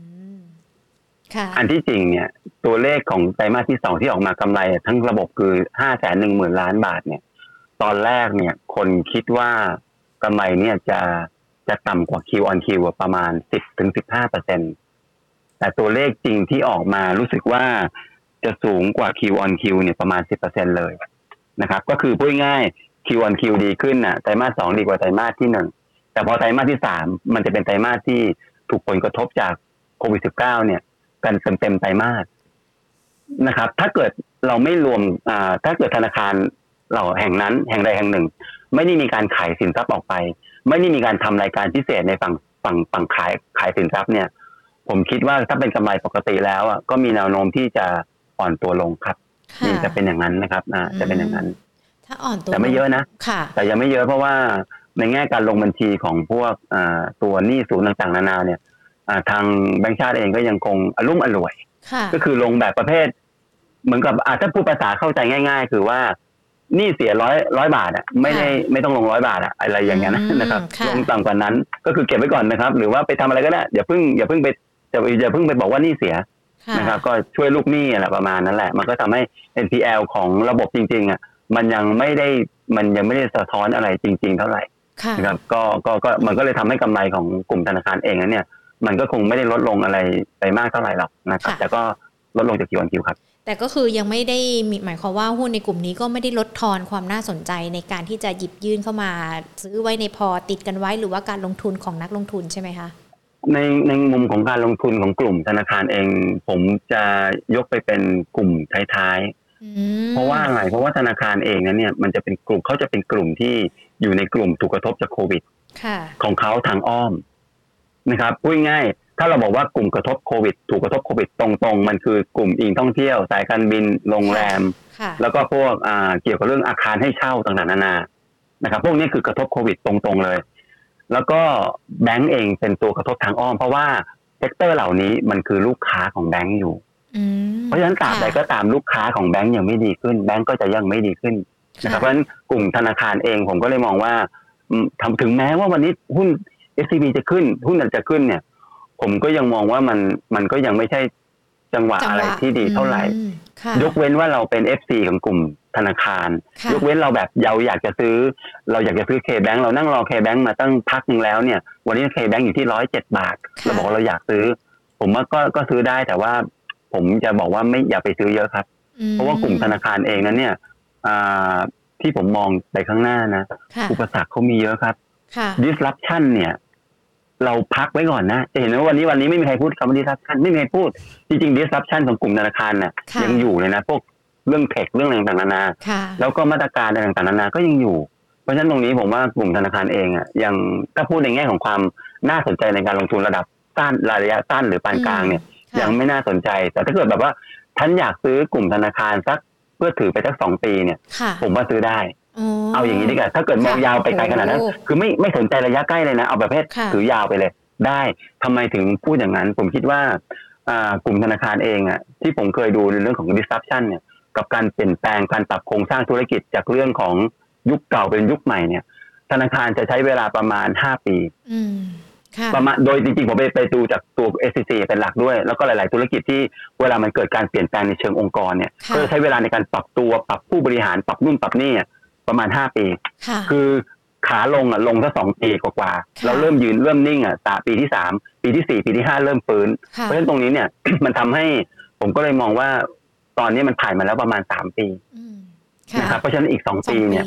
อันที่จริงเนี่ยตัวเลขของไตรมาสที่สองที่ออกมากำไรทั้งระบบคือห้าแสนหนึ่งหมื่นล้านบาทเนี่ยตอนแรกเนี่ยคนคิดว่ากำไรเนี่ยจะจะต่ำกว่า Q on Q ประมาณ สิบถึงสิบห้าเปอร์เซ็นต์ แต่ตัวเลขจริงที่ออกมารู้สึกว่าจะสูงกว่า Q on Q เนี่ยประมาณ สิบเปอร์เซ็นต์ เลยนะครับก็คือพูดง่าย Q on Q ดีขึ้นน่ะไตรมาสสองดีกว่าไตรมาสที่หนึ่งแต่พอไตรมาสที่สามมันจะเป็นไตรมาสที่ถูกผลกระทบจากโควิด สิบเก้า เนี่ยกันเต็มๆไตรมาสนะครับถ้าเกิดเราไม่รวมอ่าถ้าเกิดธนาคารเราแห่งนั้นแห่งใดแห่งหนึ่งไม่ได้มีการขายสินทรัพย์ออกไปไม่ได้มีการทำรายการพิเศษในฝั่งฝั่งฝั่งขายขายสินทรัพย์เนี่ยผมคิดว่าถ้าเป็นกำไรปกติแล้วอ่ะก็มีแนวโน้มที่จะอ่อนตัวลงครับนี่จะเป็นอย่างนั้นนะครับนะจะเป็นอย่างนั้นถ้าอ่อนตัวแต่ไม่เยอะนะแต่ยังไม่เยอะเพราะว่าในแง่การลงบัญชีของพวกตัวหนี้ศูนย์ต่างๆนานาเนี่ยทางแบงก์ชาติเองก็ยังคงอลุ่มอล่วยก็คือลงแบบประเภทเหมือนกับถ้าพูดภาษาเข้าใจง่ายๆคือว่าหนี้เสียร้อยร้อยบาทอ่ะไม่ได้ไม่ต้องลงร้อยบาทอ่ะอะไรอย่างเงี้ยนะครับลงต่ำกว่านั้นก็คือเก็บไว้ก่อนนะครับหรือว่าไปทำอะไรก็ได้อย่าเพิ่งอย่าเพิ่งไปอย่าอย่าเพิ่งไปบอกว่าหนี้เสียนะครับก็ช่วยลูกหนี้อะไรประมาณนั้นแหละมันก็ทำให้ เอ็น พี แอล ของระบบจริงๆอ่ะมันยังไม่ได้มันยังไม่ได้สะท้อนอะไรจริงๆเท่าไหร่นะครับก็ก็ก็มันก็เลยทำให้กำไรของกลุ่มธนาคารเองนั้นเนี่ยมันก็คงไม่ได้ลดลงอะไรไปมากเท่าไหร่หรอกนะครับแต่ก็ลดลงจาก Q on Q ครับแต่ก็คือยังไม่ได้หมายความว่าหุ้นในกลุ่มนี้ก็ไม่ได้ลดทอนความน่าสนใจในการที่จะหยิบยื่นเข้ามาซื้อไว้ในพอติดกันไว้หรือว่าการลงทุนของนักลงทุนใช่ไหมคะในในมุมของการลงทุนของกลุ่มธนาคารเองผมจะยกไปเป็นกลุ่มท้ายๆเพราะว่าอะไรเพราะว่าธนาคารเองนั้นเนี่ยมันจะเป็นกลุ่มเขาจะเป็นกลุ่มที่อยู่ในกลุ่มถูกกระทบจากโควิดของเขาทางอ้อมนะครับพูดง่ายถ้าเราบอกว่ากลุ่มกระทบโควิดถูกกระทบโควิดตรงๆมันคือกลุ่มอิงท่องเที่ยวสายการบินโรงแรมแล้วก็พวกอ่าเกี่ยวกับเรื่องอาคารให้เช่าต่างๆนานานะครับพวกนี้คือกระทบโควิดตรงๆเลยแล้วก็แบงก์เองเป็นตัวกระทบทางอ้อมเพราะว่าเซกเตอร์เหล่านี้มันคือลูกค้าของแบงก์อยู่เพราะฉะนั้นตราบใดก็ตามลูกค้าของแบงก์ยังไม่ดีขึ้นแบงก์ก็จะยังไม่ดีขึ้นนะครับเพราะฉะนั้นกลุ่มธนาคารเองผมก็เลยมองว่าทำถึงแม้ว่าวันนี้หุ้น เอส ซี บี จะขึ้นหุ้นอาจจะขึ้นเนี่ยผมก็ยังมองว่ามันมันก็ยังไม่ใช่จังหวะอะไรที่ดีเท่าไหร่ยกเว้นว่าเราเป็น เอฟ ซี ของกลุ่มธนาคารยกเว้นเราแบบเราอยากจะซื้อเราอยากจะซื้อ K-Bank เรานั่งรอ K-Bank มาตั้งพักนึงแล้วเนี่ยวันนี้ K-Bank อยู่ที่หนึ่งร้อยเจ็ดบาทเราบอกเราอยากซื้อผมว่าก็ก็ซื้อได้แต่ว่าผมจะบอกว่าไม่อย่าไปซื้อเยอะครับเพราะว่ากลุ่มธนาคารเองนั้นเนี่ยที่ผมมองไปข้างหน้านะอุปสรรคเขามีเยอะครับ disruption เนี่ยเราพักไว้ก่อนนะจะเห็นว่าวันนี้วันนี้ไม่มีใครพูดคำว่า disruption ไม่มีใครพูดจริงๆ disruption ของกลุ่มธนาคารน่ะยังอยู่เลยนะพวกเรื่องเทคเรื่องต่างๆนานาแล้วก็มาตรการต่างๆนานาก็ยังอยู่เพราะฉะนั้นตรงนี้ผมว่ากลุ่มธนาคารเองอ่ะยังถ้าพูดในแง่ของความน่าสนใจในการลงทุนระดับสั้นระยะสั้นหรือปานกลางเนี่ยยังไม่น่าสนใจแต่ถ้าเกิดแบบว่าท่านอยากซื้อกลุ่มธนาคารสักเพื่อถือไปสักสองปีเนี่ยผมว่าซื้อได้เอาอย่างนี้ดีกว่าถ้าเกิดมองยาวไปไกลขนาดนั้นคือไม่ไม่สนใจระยะใกล้เลยนะเอาประเภทถือยาวไปเลยได้ทำไมถึงพูดอย่างนั้นผมคิดว่ากลุ่มธนาคารเองอ่ะที่ผมเคยดูในเรื่องของ disruption เนี่ยกับการเปลี่ยนแปลงการปรับโครงสร้างธุรกิจจากเรื่องของยุคเก่าเป็นยุคใหม่เนี่ยธนาคารจะใช้เวลาประมาณห้าปีประมาณโดยจริงๆผมไปไปดูจากตัว เอส ซี ซี เป็นหลักด้วยแล้วก็หลายๆธุรกิจที่เวลามันเกิดการเปลี่ยนแปลงในเชิงองค์กรเนี่ยก็จะใช้เวลาในการปรับตัวปรับผู้บริหารปรับนู่นปรับนี่ประมาณห้าปีคือขาลงอ่ะลงแค่สองปีกว่าๆเราเริ่มยืนเริ่มนิ่งอ่ะตาปีที่สามปีที่สี่ปีที่ห้าเริ่มฟื้นเพราะฉะนั้นตรงนี้เนี่ย มันทำให้ผมก็เลยมองว่าตอนนี้มันผ่านมาแล้วประมาณสามปีนะครับเพราะฉะนั้นอีกสองปีเนี่ย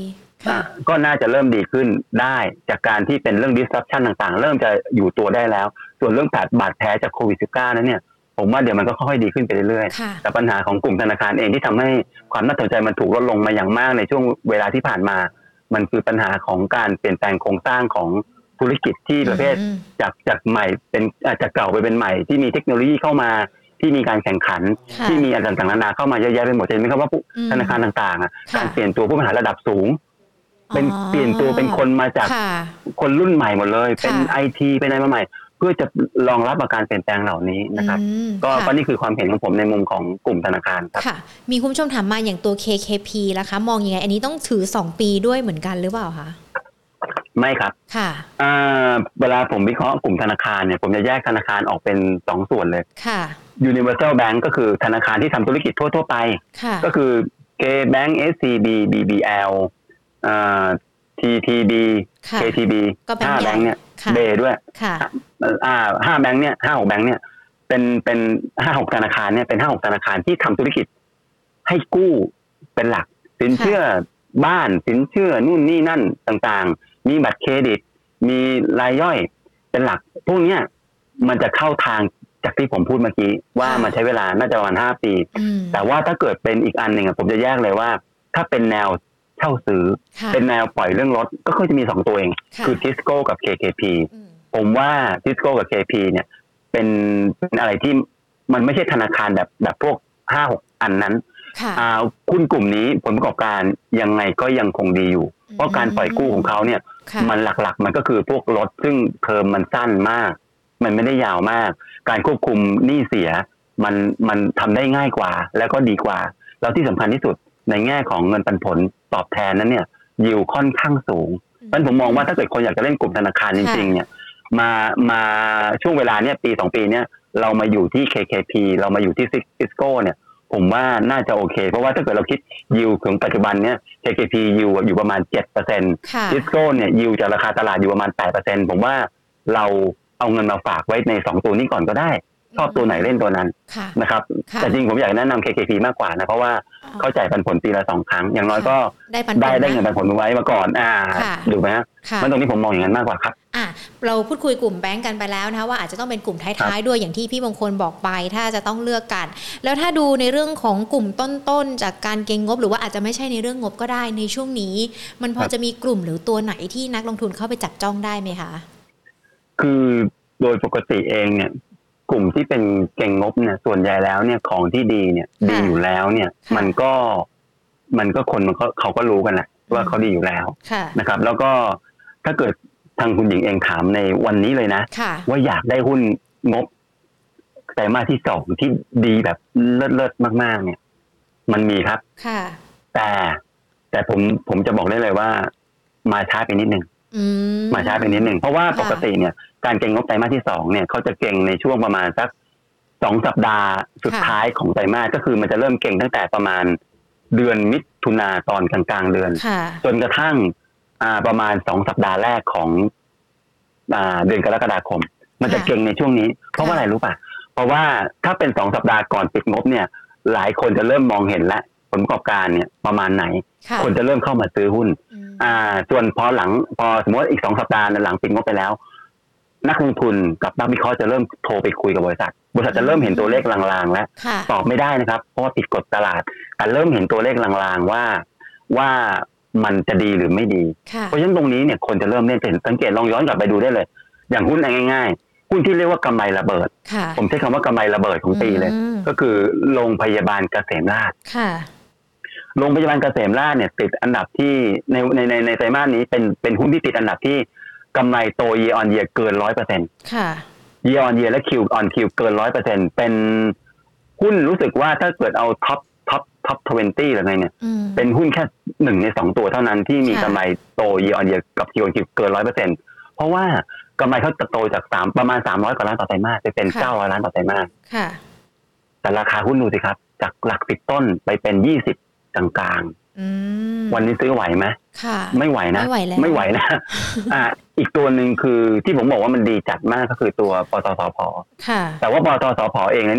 ก็น่าจะเริ่มดีขึ้นได้จากการที่เป็นเรื่อง disruption ต่างๆเริ่มจะอยู่ตัวได้แล้วส่วนเรื่องบาดแผลจากโควิด สิบเก้า นั้นเนี่ยผมว่าเดี๋ยวมันก็ค่อยๆดีขึ้นไปเรื่อยๆแต่ปัญหาของกลุ่มธนาคารเองที่ทำให้ความน่าสนใจมันถูกลดลงมาอย่างมากในช่วงเวลาที่ผ่านมามันคือปัญหาของการเปลี่ยนแปลงโครงสร้างของธุรกิจที่ประเภทจากจากใหม่เป็นจากเก่าไปเป็นใหม่ที่มีเทคโนโลยีเข้ามาที่มีการแข่งขันที่มีอะไรต่างๆนานาเข้ามาเยอะแยะไปหมดเห็นไหมครับว่าธนาคารต่างๆการเปลี่ยนตัวผู้บริหารระดับสูงเป็นเปลี่ยนตัวเป็นคนมาจากคนรุ่นใหม่หมดเลยเป็น ไอ ที เป็นอะไรมาใหม่เพื่อจะรองรับการเปลี่ยนแปลงเหล่านี้นะครับก็ก็นี่คือความเห็นของผมในมุมของกลุ่มธนาคารครับค่ะมีคุณผู้ชมถามมาอย่างตัว เค เค พี ล่ะคะมองยังไงอันนี้ต้องถือสองปีด้วยเหมือนกันหรือเปล่าคะไม่ครับค่ะเวลาผมวิเคราะห์กลุ่มธนาคารเนี่ยผมจะแยกธนาคารออกเป็นสองส่วนเลยค่ะ Universal Bank ก็คือธนาคารที่ทำธุรกิจทั่วๆไปก็คือ K Bank เอส ซี บี บี บี แอล อ่า ที ที บี เค ที บี ห้าแบงค์เนี่ยเบด้วยอ่าห้าแบงค์เนี่ยห้าหกแบงค์เนี่ยเป็นเป็นห้าหกธนาคารเนี่ยเป็นห้าหกธนาคารที่ทำธุรกิจให้กู้เป็นหลักสินเชื่อบ้านสินเชื่อนู่นนี่นั่นต่างๆมีบัตรเครดิตมีรายย่อยเป็นหลักพวกนี้มันจะเข้าทางจากที่ผมพูดเมื่อกี้ว่ามันใช้เวลาน่าจะประมาณห้าปีแต่ว่าถ้าเกิดเป็นอีกอันหนึ่งผมจะแยกเลยว่าถ้าเป็นแนวเช่าซื้อเป็นแนวปล่อยเรื่องรถก็คือจะมีสองตัวเองคือทิสโก้กับ เค เค พี ผมว่าทิสโก้กับ เค พี เนี่ยเป็นเป็นอะไรที่มันไม่ใช่ธนาคารแบบแบบพวก ห้าหก อันนั้นหุ้นกลุ่มนี้ผลประกอบการยังไงก็ยังคงดีอยู่เพราะการปล่อยกู้ของเขาเนี่ยมันหลักๆมันก็คือพวกรถซึ่งเทอมมันสั้นมากมันไม่ได้ยาวมากการควบคุมหนี้เสียมันมันทำได้ง่ายกว่าแล้วก็ดีกว่าแล้วที่สำคัญที่สุดในแง่ของเงินปันผลตอบแทนนั้นเนี่ยยิวค่อนข้างสูงเพราะฉะนั้นผมมองว่าถ้าเกิดคนอยากจะเล่นกลุ่มธนาคารจริงๆเนี่ยมามาช่วงเวลาเนี่ยปีสองปีเนี่ยเรามาอยู่ที่ เค เค พี เรามาอยู่ที่ซิสโก้เนี่ยผมว่าน่าจะโอเคเพราะว่าถ้าเกิดเราคิดยิวถึงปัจจุบันเนี่ย เค เค พี ยิวอยู่ประมาณ เจ็ดเปอร์เซ็นต์ ซิสโก้เนี่ยยิวจากราคาตลาดอยู่ประมาณ แปดเปอร์เซ็นต์ ผมว่าเราเอาเงินมาฝากไว้ในสองตัวนี้ก่อนก็ได้ชอบตัวไหนเล่นตัวนั้นนะครับแต่จริงผมอยากแนะนำ เค เค พี มากกว่านะเพราะว่าเขาจ่ายปันผลปีละสองครั้งอย่างน้อยก็ได้ได้เงินปันผลไว้มาก่อนอ่าดูไหมมันตรงนี้ผมมองอย่างนั้นมากกว่าครับอ่ะเราพูดคุยกลุ่มแบงก์กันไปแล้วนะคะว่าอาจจะต้องเป็นกลุ่มท้ายๆด้วยอย่างที่พี่มงคลบอกไปถ้าจะต้องเลือกกันแล้วถ้าดูในเรื่องของกลุ่มต้นๆจากการเก็งงบหรือว่าอาจจะไม่ใช่ในเรื่องงบก็ได้ในช่วงนี้มันพอจะมีกลุ่มหรือตัวไหนที่นักลงทุนเข้าไปจับจ้องได้ไหมคะคือโดยปกติเองเนี่ยกลุ่มที่เป็นเก็งงบเนี่ยส่วนใหญ่แล้วเนี่ยของที่ดีเนี่ยดีอยู่แล้วเนี่ยมันก็มันก็คนมันก็เขาก็รู้กันแหละว่าเขาดีอยู่แล้วนะครับแล้วก็ถ้าเกิดทางคุณหญิงเองถามในวันนี้เลยนะว่าอยากได้หุ้นงบไตรมาสที่สองที่ดีแบบเลิศๆมากๆเนี่ยมันมีครับแต่แต่ผมผมจะบอกได้เลยว่ามาช้าไปนิดนึงมาช้าไปนิดนึงเพราะว่าปกติเนี่ยการเก็งงบไตรมาสที่สองเนี่ยเขาจะเก็งในช่วงประมาณสักสองสัปดาห์สุดท้ายของไตรมาสก็คือมันจะเริ่มเก็งตั้งแต่ประมาณเดือนมิถุนาตอนกลางๆเดือนจนกระทั่งประมาณสองสัปดาห์แรกของเดือนกรกฎาคมมันจะเก็งในช่วงนี้เพราะว่าอะไรรู้ป่ะเพราะว่าถ้าเป็นสองสัปดาห์ก่อนปิดงบเนี่ยหลายคนจะเริ่มมองเห็นแล้วผลประกอบการเนี่ยประมาณไหนคนจะเริ่มเข้ามาซื้อหุ้นอ่าส่วนพอหลังพอสมมติอีกสองสัปดาห์หลังปิดงบไปแล้วนักลงทุนกับนักวิเคราะห์จะเริ่มโทรไปคุยกับบริษัทบริษัทจะเริ่มเห็นตัวเลขลางๆแล้วตอบไม่ได้นะครับเพราะว่าผิดกฎตลาดแต่เริ่มเห็นตัวเลขลางๆว่าว่ามันจะดีหรือไม่ดีเพราะฉะนั้นตรงนี้เนี่ยคนจะเริ่มเล่นเป็นสังเกตลองย้อนกลับไปดูได้เลยอย่างหุ้นง่ายๆหุ้นที่เรียกว่ากำไรระเบิดผมใช้คำว่ากำไรระเบิดของปีเลยก็คือโรงพยาบาลเกษมราษฎร์โรงพยาบาลเกษมราษฎร์เนี่ยติดอันดับที่ในในในในไตรมาสนี้เป็นเป็นหุ้นที่ติดอันดับที่กำไรโต year on year เกิน ร้อยเปอร์เซ็นต์ ค่ะ year on year และ Q on Q เกิน ร้อยเปอร์เซ็นต์ เป็นหุ้นรู้สึกว่าถ้าเกิดเอาท็อปท็อปท็อปยี่สิบหรือไงเนี่ยเป็นหุ้นแค่หนึ่งในสองตัวเท่านั้นที่มีกำไรโต year on year กับ Q on Q เกิน ร้อยเปอร์เซ็นต์ เพราะว่ากำไรเขาจะโตจากสามประมาณสามร้อยกว่าล้านต่อไตรมาสไปเป็นเก้าร้อยล้านต่อไตรมาสค่ะแต่ราคาหุ้นดูสิครับจากหลักสิบต้นไปเป็นยี่สิบกลางๆวันนี้ซื้อไหวไหมไม่ไหวนะไม่ไหวนะอ่าอีกตัวหนึ่งคือที่ผมบอกว่ามันดีจัดมากก็คือตัวปตสผแต่ว่าปตสผเองนั้นเนี่ย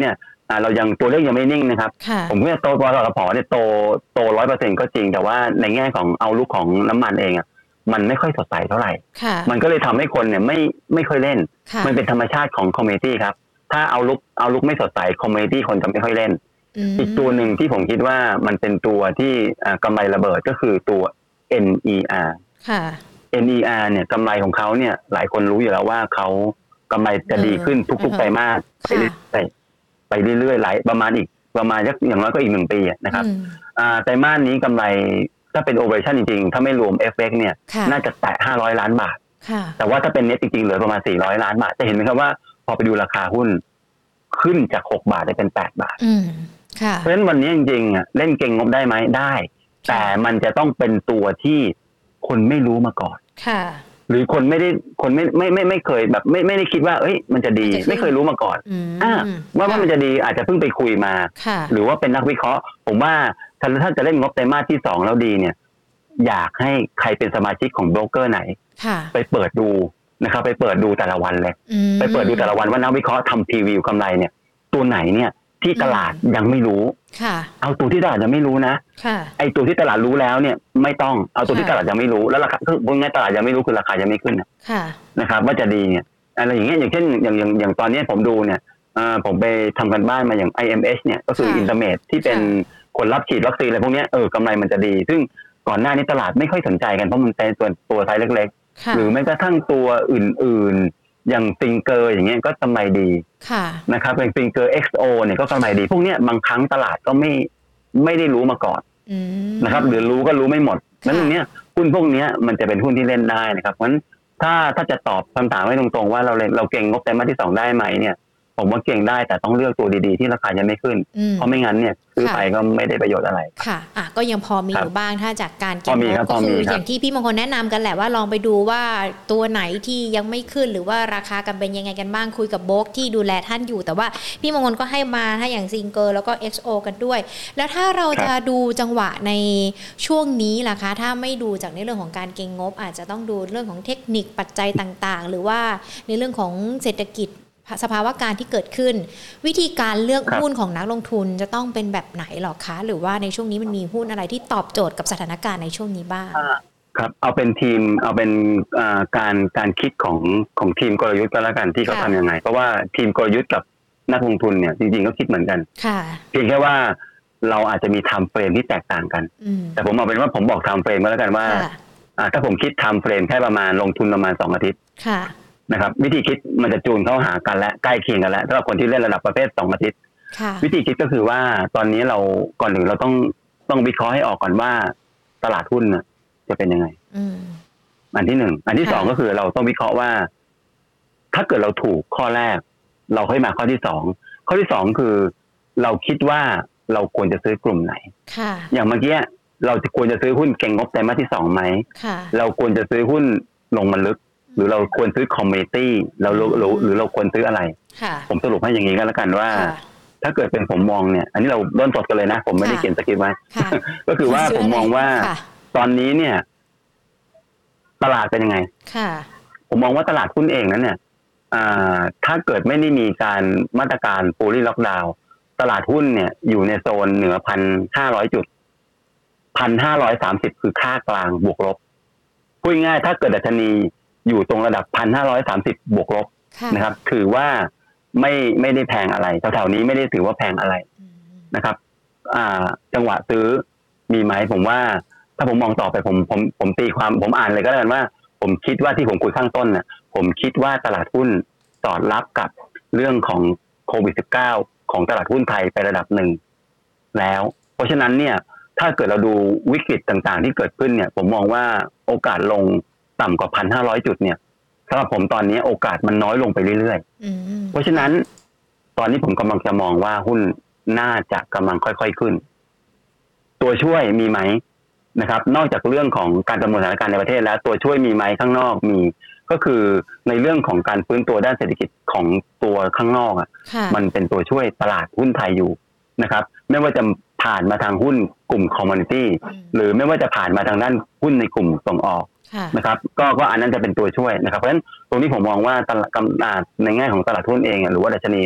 อ่าเรายังตัวเลขยังไม่นิ่งนะครับผมว่าโตปตท.เนี่ยโตโต ร้อยเปอร์เซ็นต์ ก็จริงแต่ว่าในแง่ของเอาลุกของน้ำมันเองอ่ะมันไม่ค่อยสดใสเท่าไหร่มันก็เลยทำให้คนเนี่ยไม่ไม่ค่อยเล่นมันเป็นธรรมชาติของคอมมูนิตี้ครับถ้าเอาลุกเอาลุกไม่สดใสคอมมูนิตี้คนจะไม่ค่อยเล่นอีกตัวหนึ่งที่ผมคิดว่ามันเป็นตัวที่กำไรระเบิดก็คือตัว เอ็น อี อาร์ค่ะเอ็น อี อาร์ เนี่ยกำไรของเขาเนี่ยหลายคนรู้อยู่แล้วว่าเขากำไรจะดีขึ้นทุกๆไตรมาสไปเรื่อยๆไปเรื่อยๆหลายประมาณอีกประมาณอย่างน้อยก็อีกหนึ่งปีนะครับไตรมาสนี้กำไรถ้าเป็น operation จริงๆถ้าไม่รวม เอฟ เอ็กซ์ เนี่ยน่าจะแตะห้าร้อยล้านบาทแต่ว่าถ้าเป็น net จริงๆเหลือประมาณสี่ร้อยล้านบาทจะเห็นไหมครับว่าพอไปดูราคาหุ้นขึ้นจากหกบาทได้เป็นแปดบาทเพราะฉะนั้นวันนี้จริงๆอ่ะเล่นเก่งงบได้ไหมได้แต่มันจะต้องเป็นตัวที่คนไม่รู้มาก่อนหรือคนไม่ได้คนไม่ไม่ไม่ไม่เคยแบบไม่ไม่ได้คิดว่าเอ้ยมันจะดีไม่เคยรู้มาก่อนอ่าว่าว่ามันจะดีอาจจะเพิ่งไปคุยมาหรือว่าเป็นนักวิเคราะห์ผมว่าถ้าถ้าจะเล่นงบไตรมาสที่สองแล้วดีเนี่ยอยากให้ใครเป็นสมาชิกของโบรกเกอร์ไหนไปเปิดดูนะครับไปเปิดดูแต่ละวันเลยไปเปิดดูแต่ละวันว่านักวิเคราะห์ทำพรีวิวกำไรเนี่ยตัวไหนเนี่ยที่ตลาดยังไม่รู้เอาตัวที่ตลาดยังไม่รู้นะไอ้ตัวที่ตลาดรู้แล้วเนี่ยไม่ต้องเอาตัวที่ตลาดยังไม่รู้แล้วราคาคือพูดง่ายตลาดยังไม่รู้คือราคายังไม่ขึ้นนะครับว่าจะดีเนี่ยอะไรอย่างเงี้ยอย่างเช่นอย่างอย่างอย่างตอนนี้ผมดูเนี่ยผมไปทำกันบ้านมาอย่าง ไอ เอ็ม เอช เนี่ยก็คืออินเตอร์เมดที่เป็นคนรับฉีดวัคซีนอะไรพวกนี้เออกำไรมันจะดีซึ่งก่อนหน้านี้ตลาดไม่ค่อยสนใจกันเพราะมันเป็นส่วนตัวไซส์เล็กๆหรือแม้กระทั่งตัวอื่นๆอย่างซิงเกอร์อย่างเงี้ยก็กำไรดีนะครับอย่างซิงเกอร์ เอ็กซ์ โอ เนี่ยก็กำไรดีพวกเนี้ยบางครั้งตลาดก็ไม่ไม่ได้รู้มาก่อนนะครับหรือรู้ก็รู้ไม่หมดนั้นอย่างเนี้ยหุ้นพวกเนี้ยมันจะเป็นหุ้นที่เล่นได้นะครับเพราะฉะนั้นถ้าถ้าจะตอบคำถามให้ตรงๆว่าเราเราเก่งงบไตรมาสที่สองได้ไหมเนี่ยผมว่าเก่งได้แต่ต้องเลือกตัวดีๆที่ราคายังไม่ขึ้นเพราะไม่งั้นเนี่ยซื้อไปก็ไม่ได้ประโยชน์อะไรค่ะอ่ะก็ยังพอมีอยู่บ้างถ้าจากการเก็งงบก็คืออย่างที่พี่มงคลแนะนำกันแหละว่าลองไปดูว่าตัวไหนที่ยังไม่ขึ้นหรือว่าราคากันเป็นยังไงกันบ้างคุยกับโบรกที่ดูแลท่านอยู่แต่ว่าพี่มงคลก็ให้มาถ้าอย่างซิงเกอร์แล้วก็ เอ็กซ์ โอ กันด้วยแล้วถ้าเราจะดูจังหวะในช่วงนี้ล่ะคะถ้าไม่ดูจากในเรื่องของการเก็งงบอาจจะต้องดูเรื่องของเทคนิคปัจจัยต่างๆหรือว่าในเรื่องของเศรษฐกิจสภาวะการที่เกิดขึ้นวิธีการเลือกหุ้นของนักลงทุนจะต้องเป็นแบบไหนหรอคะหรือว่าในช่วงนี้มันมีหุ้นอะไรที่ตอบโจทย์กับสถานการณ์ในช่วงนี้บ้างครับเอาเป็นทีมเอาเป็นการการคิดของของทีมกลยุทธ์ก็แล้วกันที่เขาทำยังไงเพราะว่าทีมกลยุทธ์กับนักลงทุนเนี่ยจริงๆก็คิดเหมือนกันเพียงแค่ว่าเราอาจจะมีไทม์เฟรมที่แตกต่างกันแต่ผมเอาเป็นว่าผมบอกไทม์เฟรมก็แล้วกันว่าถ้าผมคิดไทม์เฟรมแค่ประมาณลงทุนประมาณสองอาทิตย์นะครับวิธีคิดมันจะจูนเข้าหากันและใกล้เคียงกันแล้วสำหรับคนที่เล่นระดับประเภทสองอาทิตย์วิธีคิดก็คือว่าตอนนี้เราก่อนหนึ่งเราต้องต้องวิเคราะห์ให้ออกก่อนว่าตลาดหุ้นจะเป็นยังไงอันที่หนึ่งอันที่สองก็คือเราต้องวิเคราะห์ว่าถ้าเกิดเราถูกข้อแรกเราค่อยมาข้อที่สองข้อที่สองคือเราคิดว่าเราควรจะซื้อกลุ่มไหนอย่างเมื่อกี้เราจะควรจะซื้อหุ้นเก็งงบไตรมาสที่สองไหมเราควรจะซื้อหุ้นลงมาลึกหรือเราควรซื้อคอมมูนิตี้เราหรือเราควรซื้ออะไรผมสรุปให้อย่างนี้ก็แล้วกันว่าถ้าเกิดเป็นผมมองเนี่ยอันนี้เราเริ่มสดกันเลยนะผมไม่ได้เขียนสคริปต์ไว้ก็คือว่าผมมองว่าตอนนี้เนี่ยตลาดเป็นยังไงผมมองว่าตลาดหุ้นเองนั้นเนี่ยถ้าเกิดไม่ได้มีการมาตรการฟูลลี่ล็อกดาวน์ตลาดหุ้นเนี่ยอยู่ในโซนเหนือพันห้าร้อยจุดพันห้าร้อยสามสิบคือค่ากลางบวกลบพูดง่ายถ้าเกิดดัชนีอยู่ตรงระดับ หนึ่งพันห้าร้อยสามสิบ บวกลบนะครับถือว่าไม่ไม่ได้แพงอะไรแถวๆนี้ไม่ได้ถือว่าแพงอะไรนะครับอ่าจังหวะซื้อมีไหมผมว่าถ้าผมมองต่อไปผมผมผมตีความผมอ่านเลยก็แล้วกันว่าผมคิดว่าที่ผมคุยข้างต้นน่ะผมคิดว่าตลาดหุ้นสอดรับกับเรื่องของโควิด สิบเก้า ของตลาดหุ้นไทยไประดับหนึ่งแล้วเพราะฉะนั้นเนี่ยถ้าเกิดเราดูวิกฤตต่างๆที่เกิดขึ้นเนี่ยผมมองว่าโอกาสลงต่ำกว่า หนึ่งพันห้าร้อย จุดเนี่ยสำหรับผมตอนนี้โอกาสมันน้อยลงไปเรื่อยๆเพราะฉะนั้นตอนนี้ผมกำลังจะมองว่าหุ้นน่าจะกำลังค่อยๆขึ้นตัวช่วยมีไหมนะครับนอกจากเรื่องของการดำเนินสถานการณ์ในประเทศแล้วตัวช่วยมีไหมข้างนอกมีก็คือในเรื่องของการฟื้นตัวด้านเศรษฐกิจของตัวข้างนอกอ่ะมันเป็นตัวช่วยตลาดหุ้นไทยอยู่นะครับไม่ว่าจะผ่านมาทางหุ้นกลุ่มคอมมูนิตี้หรือไม่ว่าจะผ่านมาทางด้านหุ้นในกลุ่มส่งออกนะครับก็ก็อันนั้นจะเป็นตัวช่วยนะครับเพราะฉะนั้นตรงนี้ผมมองว่าตลาดในแง่ของตลาดหุ้นเองหรือว่าดัชนี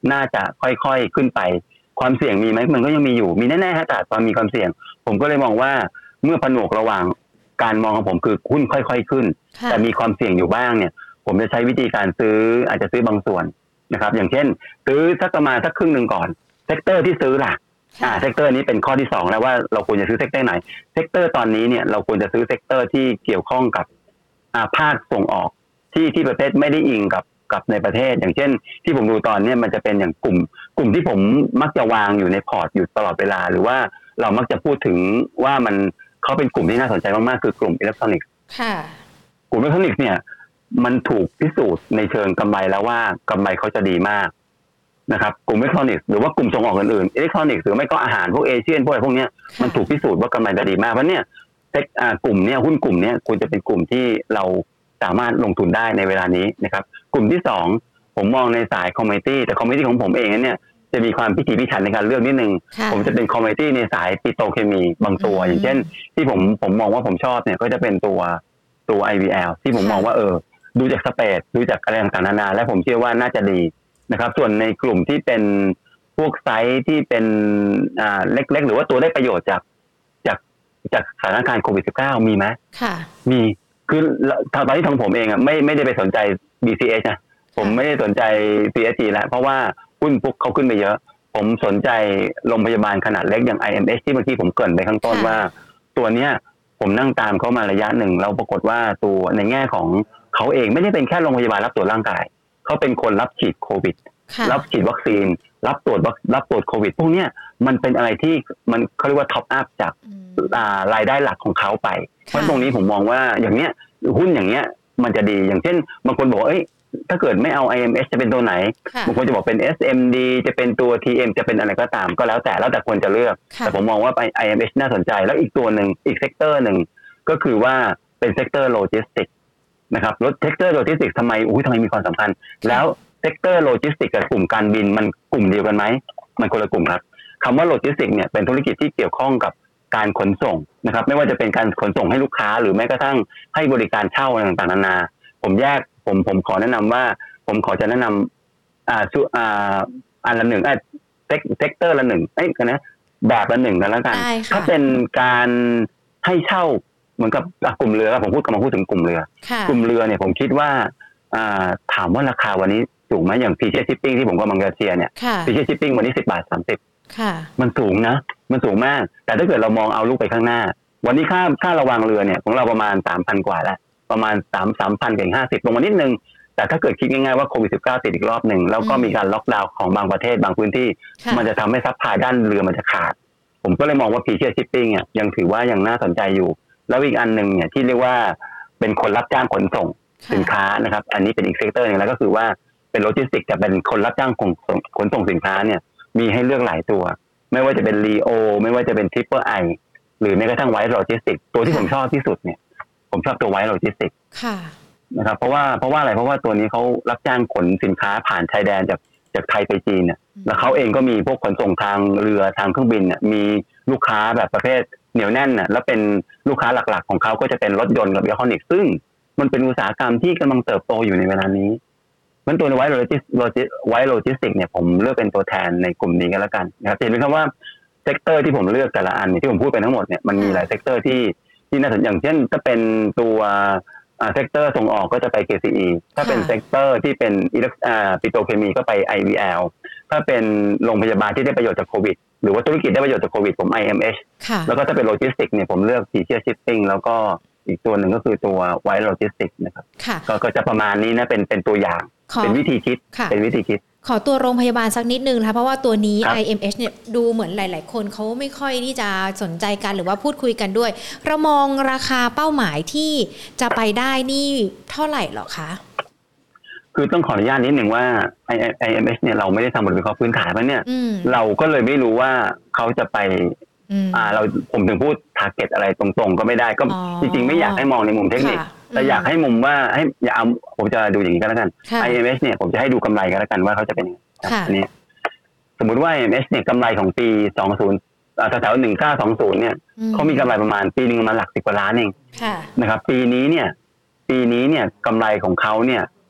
น่าจะค่อยๆขึ้นไปความเสี่ยงมีไหมมันก็ยังมีอยู่มีแน่ๆฮะแต่ความมีความเสี่ยงผมก็เลยมองว่าเมื่อผนวกระหว่างการมองของผมคือหุ้นค่อยๆขึ้นแต่มีความเสี่ยงอยู่บ้างเนี่ยผมจะใช้วิธีการซื้ออาจจะซื้อบางส่วนนะครับอย่างเช่นซื้อสักประมาณสักครึ่งนึงก่อนเซกเตอร์ที่ซื้อล่ะอ่าเซกเตอร์นี้เป็นข้อที่สองแล้วว่าเราควรจะซื้อเซกเตอร์ไหนเซกเตอร์ตอนนี้เนี่ยเราควรจะซื้อเซกเตอร์ที่เกี่ยวข้องกับอ่าภาคส่งออกที่ที่ประเทศไม่ได้อิงกับกับในประเทศอย่างเช่นที่ผมดูตอนนี้มันจะเป็นอย่างกลุ่มกลุ่มที่ผมมักจะวางอยู่ในพอร์ตอยู่ตลอดเวลาหรือว่าเรามักจะพูดถึงว่ามันเขาเป็นกลุ่มที่น่าสนใจมากๆคือกลุ่มอิเล็กทรอนิกส์ค่ะกลุ่มอิเล็กทรอนิกส์เนี่ยมันถูกพิสูจน์ในเชิงกำไรแล้วว่ากำไรเขาจะดีมากนะครับกลุ่มอิเล็กทรอนิกส์หรือว่ากลุ่มส่งออกอื่นๆอิเล็กทรอนิกส์หรือไม่ก็อาหารพวกเอเชียนพวกอะไรพวกนี้มันถูกพิสูจน์ว่ากำไรจะดีมากเพราะเนี่ยเทคกลุ่มเนี้ยหุ้นกลุ่มเนี้ยควรจะเป็นกลุ่มที่เราสามารถลงทุนได้ในเวลานี้นะครับกลุ่มที่สองผมมองในสายคอมมิตี้แต่คอมมิตี้ของผมเองเนี่ยจะมีความพิถีพิถันในการเลือกนิดนึงผมจะเป็นคอมมิตี้ในสายปิโตรเคมีบางตัวอย่างเช่นที่ผมผมมองว่าผมชอบเนี่ยก็จะเป็นตัวตัว ไอ วี แอล ที่ผมมองว่าเออดูจากสเปซดูจากอะไรต่างๆนานาและผมเชื่อว่าน่าจะดีนะครับส่วนในกลุ่มที่เป็นพวกไซส์ที่เป็นอ่าเล็กๆหรือว่าตัวได้ประโยชน์จากจากจากสถานการณ์โควิด สิบเก้า มีไหมค่ะมีคือตอนที่ทางผมเองอ่ะไม่ไม่ได้ไปสนใจ บี ซี เอช นะผมไม่ได้สนใจ ซี เอส จี แล้วเพราะว่าหุ้นพวกเขาขึ้นไปเยอะผมสนใจโรงพยาบาลขนาดเล็กอย่าง ไอ เอ็ม เอช ที่เมื่อกี้ผมเกริ่นไปข้างต้นว่าตัวเนี้ยผมนั่งตามเขามาระยะหนึ่งแล้วปรากฏว่าตัวในแง่ของเขาเองไม่ได้เป็นแค่โรงพยาบาลรับตรวจร่างกายเขาเป็นคนรับฉีดโควิดรับฉีดวัคซีนรับตรวจรับตรวจโควิดพวกเนี้ยมันเป็นอะไรที่มันเขาเรียกว่าท็อปอัพจากรายได้หลักของเขาไปเพราะตรงนี้ผมมองว่าอย่างเนี้ยหุ้นอย่างเนี้ยมันจะดีอย่างเช่นบางคนบอกเอ้ยถ้าเกิดไม่เอา ไอ เอ็ม เอช จะเป็นตัวไหนบางคนจะบอกเป็น เอส เอ็ม ดี จะเป็นตัว ที เอ็ม จะเป็นอะไรก็ตามก็แล้วแต่แล้วแต่คนจะเลือกแต่ผมมองว่าไป ไอ เอ็ม เอช น่าสนใจแล้วอีกตัวหนึ่งอีกเซกเตอร์หนึ่งก็คือว่าเป็นเซกเตอร์โลจิสติกส์นะครับรถเซกเตอร์โลจิสติกส์ทำไมอุ้ยทำไมมีความสำคัญแล้วเซกเตอร์โลจิสติกส์กับกลุ่มการบินมันกลุ่มเดียวกันไหมมันคนละกลุ่มครับคำว่าโลจิสติกส์เนี่ยเป็นธุรกิจที่เกี่ยวข้องกับการขนส่งนะครับไม่ว่าจะเป็นการขนส่งให้ลูกค้าหรือแม้กระทั่งให้บริการเช่าอะไรต่างๆนานาผมแยกผมผมขอแนะนำว่าผมขอจะแนะนำอ่าชุอ่าอันละหนึ่งอ่าเซกเซกเตอร์ละหนึ่งเอ้ยกันนะแบบละหนึ่งกันแล้วกันถ้าเป็นการให้เช่าเหมือนกับกลุ่มเรือผมพูดกำลังพูดถึงกลุ่มเรือกลุ่มเรือเนี่ยผมคิดว่าอ่าถามว่าราคาวันนี้สูงไหมอย่าง พี เจ Shipping ที่ผมกำลังจะเชียร์เนี่ย พี เจ Shipping วันนี้สิบบาทสามสิบมันสูงนะมันสูงมากแต่ถ้าเกิดเรามองเอาลูกไปข้างหน้าวันนี้ค่าค่าระวางเรือเนี่ยของเราประมาณ สามพัน กว่าแล้วประมาณสาม สามพัน ถึงห้าสิบลงมานิดนึงแต่ถ้าเกิดคิดง่ายๆว่าโควิด สิบเก้า ติดอีกรอบหนึ่งแล้วก็มีการล็อกดาวน์ของบางประเทศบางพื้นที่มันจะทำให้ซัพพลายด้านเรือมันจะขาดผมก็เลยมองว่า พี เจ Shipping เนี่ยยังถือว่ายังน่าสนใจอยู่แล้วอีกอันนึงเนี่ยที่เรียกว่าเป็นคนรับจ้างขนส่งสินค้านะครับอันนี้เป็นอีกเซกเตอร์นึงแล้วก็คือว่าเป็นโลจิสติกส์แต่เป็นคนรับจ้างขนส่งขนส่งสินค้าเนี่ยมีให้เลือกหลายตัวไม่ว่าจะเป็น Leo ไม่ว่าจะเป็น Triple I หรือแม้กระทั่ง White Logistics ตัวที่ผมชอบที่สุดเนี่ยผมชอบตัว White Logistics ค่ะนะครับเพราะว่าเพราะว่าอะไรเพราะว่าตัวนี้เขารับจ้างขนสินค้าผ่านชายแดนจากจากไทยไปจีนเนี่ยแล้วเขาเองก็มีพวกขนส่งทางเรือทางเครื่องบินเนี่ยมีลูกค้าแบบประเภทเหนียวแน่นน่ะแล้วเป็นลูกค้าหลักๆของเขาก็จะเป็นรถยนต์กับอิเล็กทรอนิกส์ซึ่งมันเป็นอุตสาหกรรมที่กำลังเติบโตอยู่ในเวลานี้มันตัวในไวโลจิสไวโลจิสติกเนี่ยผมเลือกเป็นตัวแทนในกลุ่มนี้ก็แล้วกันนะครับเห็นไหมครับว่าเซกเตอร์ที่ผมเลือกแต่ละอันที่ผมพูดไปทั้งหมดเนี่ยมันมีหลายเซกเตอร์ที่ที่น่าสนใจอย่างเช่นถ้าเป็นตัวอ่าเซกเตอร์ส่งออกก็จะไป เค ซี อี ถ้าเป็นเซกเตอร์ที่เป็นอิเล็กอ่าปิโตรเคมีก็ไป ไอ วี แอล ถ้าเป็นโรงพยาบาลที่ได้ประโยชน์จากโควิดหรือว่าธุรกิจได้ประโยชน์จากโควิดผม ไอ เอ็ม เอช แล้วก็ถ้าเป็นโลจิสติกเนี่ยผมเลือก พี เจ Shipping แล้วก็อีกตัวหนึ่งก็คือตัว White Logistics นะครับก็จะประมาณนี้นะเป็นเป็นตัวอย่างเป็นวิธีคิดเป็นวิธีคิดขอตัวโรงพยาบาลสักนิดนึงนะคะเพราะว่าตัวนี้ ไอ เอ็ม เอช เนี่ยดูเหมือนหลายๆคนเขาไม่ค่อยที่จะสนใจกันหรือว่าพูดคุยกันด้วยเรามองราคาเป้าหมายที่จะไปได้นี่เท่าไหร่หรอคะคือต้องขออนุญาตนิดหนึ่งว่า ไอ เอ็ม เอช เนี่ยเราไม่ได้ทำบทวิเคราะห์พื้นฐานเพราะเนี่ยเราก็เลยไม่รู้ว่าเขาจะไปอ่าเราผมถึงพูด target อะไรตรงๆก็ไม่ได้ก็จริงๆไม่อยากให้มองในมุมเทคนิคแต่อยากให้มุมว่าให้อย่าเอาผมจะดูอย่างนี้ก็แล้วกัน ไอ เอ็ม เอช เนี่ยผมจะให้ดูกำไรก็แล้วกันว่าเขาจะเป็นยังไงอันนี้สมมุติว่า ไอ เอ็ม เอช เนี่ยกำไรของปีสองสิบอ่าแถวๆหนึ่งพันเก้าร้อยยี่สิบเนี่ยเขามีกำไรประมาณปีนึงประมาณหลักสิบกว่าล้านเองนะครับปีนี้เนี่ยปีนี้เนี่ยกำไรของเขาเนี่ย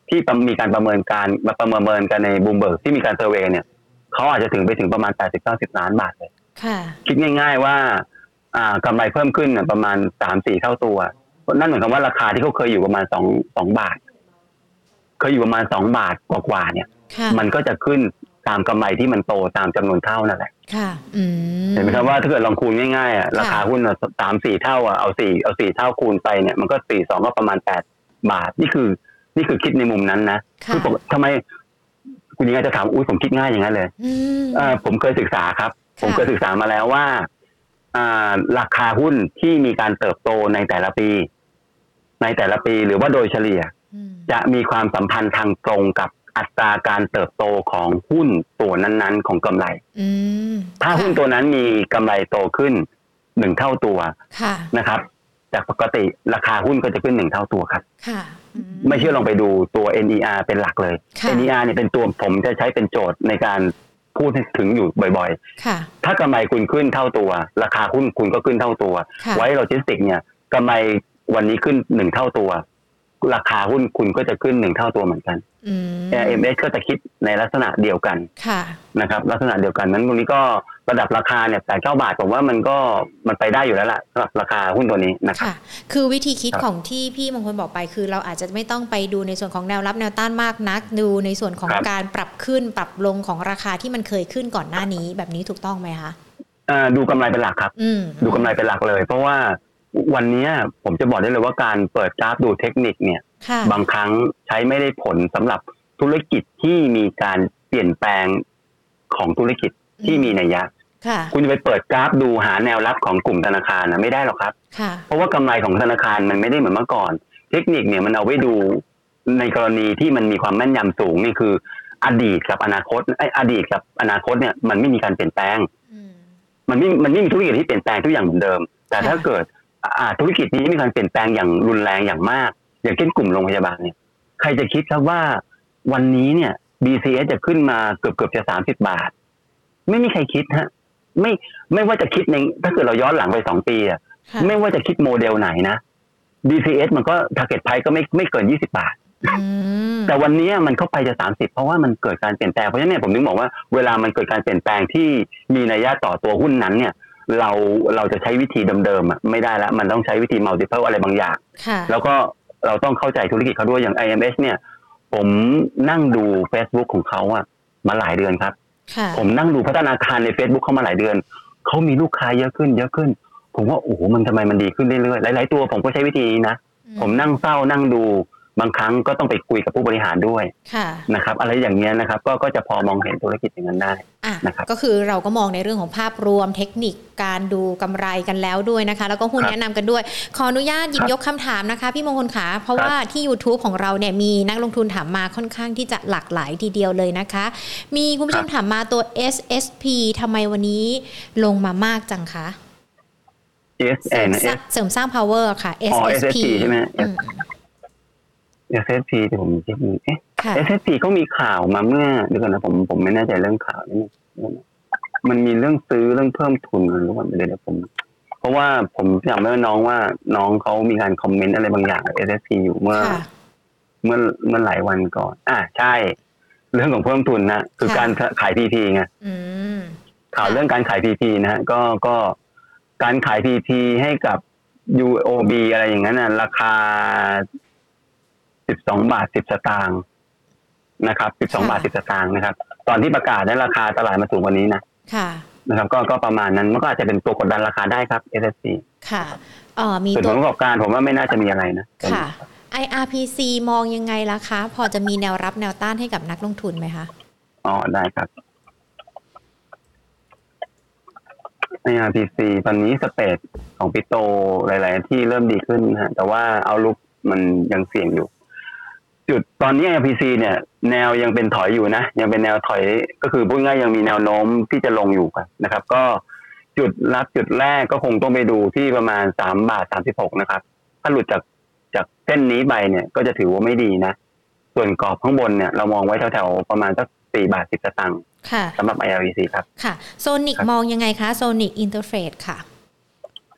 ที่มีการประเมินการมาประเมินกันในบูมเบิร์กที่มีการเซอร์เวย์เนี่ยเขาอาจจะถึงไปถึงประมาณ แปดสิบถึงเก้าสิบ ล้านบาทเลยคิดง่ายๆว่าอ่ากำไรเพิ่มขึ้นประมาณ สามถึงสี่ เท่าตัวนั่นหมายความว่าราคาที่เขาเคยอยู่ประมาณสอง สองบาทเคยอยู่ประมาณสองบาทกว่าๆเนี่ยมันก็จะขึ้นตามกำไรที่มันโตตามจำนวนเท่านั่นแหละเห็นไหมครับว่าถ้าเกิดลองคูณง่ายๆอ่ะราคาหุ้นสามสี่เท่าอ่ะเอาสี่เอาสี่เท่าคูณไปเนี่ยมันก็สี่สองก็ประมาณแปดบาทนี่คือนี่คือคิดในมุมนั้นนะคือทำไมคุณยังไงจะถามอุ้ยผมคิดง่ายอย่างนั้นเลยอ่าผมเคยศึกษาครับผมเคยศึกษามาแล้วว่าอ่าราคาหุ้นที่มีการเติบโตในแต่ละปีในแต่ละปีหรือว่าโดยเฉลี่ยจะมีความสัมพันธ์ทางตรงกับอัตราการเติบโตของหุ้นตัวนั้นๆของกำไรถ้าหุ้นตัวนั้นมีกำไรโตขึ้นหนึ่งเท่าตัวนะครับจากปกติราคาหุ้นก็จะขึ้นหนึ่งเท่าตัวครับไม่เชื่อลองไปดูตัว เอ็น อี อาร์ เป็นหลักเลย เอ็น อี อาร์ เนี่ยเป็นตัวผมจะใช้เป็นโจทย์ในการพูดถึงอยู่บ่อยๆถ้ากำไรคุณขึ้นเท่าตัวราคาหุ้นคุณก็ขึ้นเท่าตัวไว้โลจิสติกเนี่ยกำไรวันนี้ขึ้นหนึ่งเท่าตัวราคาหุ้นคุณก็จะขึ้นหนึ่งเท่าตัวเหมือนกัน เอ เอ็ม เอส ก็จะคิดในลักษณะเดียวกันนะครับลักษณะเดียวกันนั้นตรงนี้ก็ระดับราคาเนี่ยแปดเก้าบาทผมว่ามันก็มันไปได้อยู่แล้วล่ะสำหรับราคาหุ้นตัวนี้นะครับคือวิธีคิดของที่พี่มงคลบอกไปคือเราอาจจะไม่ต้องไปดูในส่วนของแนวรับแนวต้านมากนักดูในส่วนของการปรับขึ้นปรับลงของราคาที่มันเคยขึ้นก่อนหน้านี้แบบนี้ถูกต้องไหมคะดูกำไรเป็นหลักครับดูกำไรเป็นหลักเลยเพราะว่าวันนี้ผมจะบอกได้เลยว่าการเปิดกราฟดูเทคนิคเนี่ยบางครั้งใช้ไม่ได้ผลสำหรับธุรกิจที่มีการเปลี่ยนแปลงของธุรกิจที่มีนัยยะคุณจะไปเปิดกราฟดูหาแนวรับของกลุ่มธนาคารนะไม่ได้หรอกครับเพราะว่ากำไรของธนาคารมันไม่ได้เหมือนเมื่อก่อนเทคนิคเนี่ยมันเอาไว้ดูในกรณีที่มันมีความแม่นยำสูงนี่คืออดีตกับอนาคตไอ้อดีตกับอนาคตเนี่ยมันไม่มีการเปลี่ยนแปลงมันไม่มันไม่มีธุรกิจที่เปลี่ยนแปลงทุกอย่างเหมือนเดิมแต่ถ้าเกิดธุรกิจนี้มีการเปลี่ยนแปลงอย่างรุนแรงอย่างมากอย่างเช่นกลุ่มโรงพยาบาลเนี่ยใครจะคิดครับว่าวันนี้เนี่ย บี ซี เอส จะขึ้นมาเกือบเกือบจะสามสิบบาทไม่มีใครคิดฮะไม่ไม่ว่าจะคิดในถ้าเกิดเราย้อนหลังไปสองปีอ่ะไม่ว่าจะคิดโมเดลไหนนะ บี ซี เอส มันก็ target price ก็ไม่ไม่เกินยี่สิบบาทแต่วันนี้มันเข้าไปจะสามสิบเพราะว่ามันเกิดการเปลี่ยนแปลงเพราะฉะนั้นเนี่ยผมนึกบอกว่าเวลามันเกิดการเปลี่ยนแปลงที่มีนัยยะต่อตัวหุ้นนั้นเนี่ยเราเราจะใช้วิธีเดิมๆอ่ะไม่ได้ละมันต้องใช้วิธี multiple อะไรบางอย่างแล้วก็เราต้องเข้าใจธุรกิจเขาด้วยอย่าง ไอ เอ็ม เอส เนี่ยผมนั่งดู Facebook ของเขาอ่ะมาหลายเดือนครับผมนั่งดูพัฒนาการใน Facebook เขามาหลายเดือนเขามีลูกค้าเยอะขึ้นเยอะขึ้นผมว่าโอ้โหมันทำไมมันดีขึ้นเรื่อยๆหลายๆตัวผมก็ใช้วิธีนี้นะผมนั่งเฝ้านั่งดูบางครั้งก็ต้องไปคุยกับผู้บริหารด้วยนะครับอะไรอย่างเงี้ยนะครับก็ก็จะพอมองเห็นธุรกิจอย่างนั้นได้นะครับก็คือเราก็มองในเรื่องของภาพรวมเทคนิคการดูกำไรกันแล้วด้วยนะคะแล้วก็หุ้นแนะนำกันด้วยขออนุญาตหยิบยกคำถามนะคะพี่มงคลขาเพราะว่าที่ YouTube ของเราเนี่ยมีนักลงทุนถามมาค่อนข้างที่จะหลากหลายทีเดียวเลยนะคะมีคุณผู้ชมถามมาตัว เอส เอส พี ทำไมวันนี้ลงมามากจังคะเอส แอนด์ เอสเสริมสร้าง power ค่ะ เอส เอส พีใช่ไหมเอส เอส พี ที่ผมเช็คดูเอ๊ะ เอส เอส พี เขามีข่าวมาเมื่อเดี๋ยวก่อนนะผมผมไม่แน่ใจเรื่องข่าวนี่มันมีเรื่องซื้อเรื่องเพิ่มทุนหรือเปล่าเดี๋ยวผมเพราะว่าผมจำได้ว่าน้องว่าน้องเขามีการคอมเมนต์อะไรบางอย่างกับ เอส เอส พี อยู่เมื่อเมื่อเมื่อหลายวันก่อนอ่าใช่เรื่องของเพิ่มทุนนะคือการขาย พี พี ไงข่าวเรื่องการขาย พี พี นะฮะก็ก็การขาย พี พี ให้กับ ยู โอ บี อะไรอย่างนั้นนะราคาสิบสองบาทสิบสตางค์นะครับสิบสองบาทสิบสตางค์นะครับตอนที่ประกาศนั้นราคาตลาดมาสูงกว่านี้นะค่ะนะครับก็ก็ประมาณนั้นมันก็อาจจะเป็นตัวกดดันราคาได้ครับ เอส เอส พีค่ะเอ่อมีตัวผลประกอบการผมว่าไม่น่าจะมีอะไรนะค่ะ ไอ อาร์ พี ซี มองยังไงล่ะคะพอจะมีแนวรับแนวต้านให้กับนักลงทุนไหมคะอ๋อได้ครับ ไอ อาร์ พี ซี ตอนนี้สเปดของปิโตหลายๆที่เริ่มดีขึ้นนะแต่ว่าเอาลุกมันยังเสี่ยงอยู่จุดตอนนี้ ไอ อาร์ พี ซี เนี่ยแนวยังเป็นถอยอยู่นะยังเป็นแนวถอยก็คือพูดง่ายยังมีแนวโน้มที่จะลงอยู่นะครับก็จุดรับจุดแรกก็คงต้องไปดูที่ประมาณสามบาทสามสิบหกนะครับถ้าหลุดจากจากเส้นนี้ไปเนี่ยก็จะถือว่าไม่ดีนะส่วนกรอบข้างบนเนี่ยเรามองไว้แถวๆประมาณสักสี่บาทสิบสตางค์สำหรับ ไอ อาร์ พี ซี ครับค่ะโซนิกมองยังไงคะโซนิกอินเตอร์เฟรดค่ะ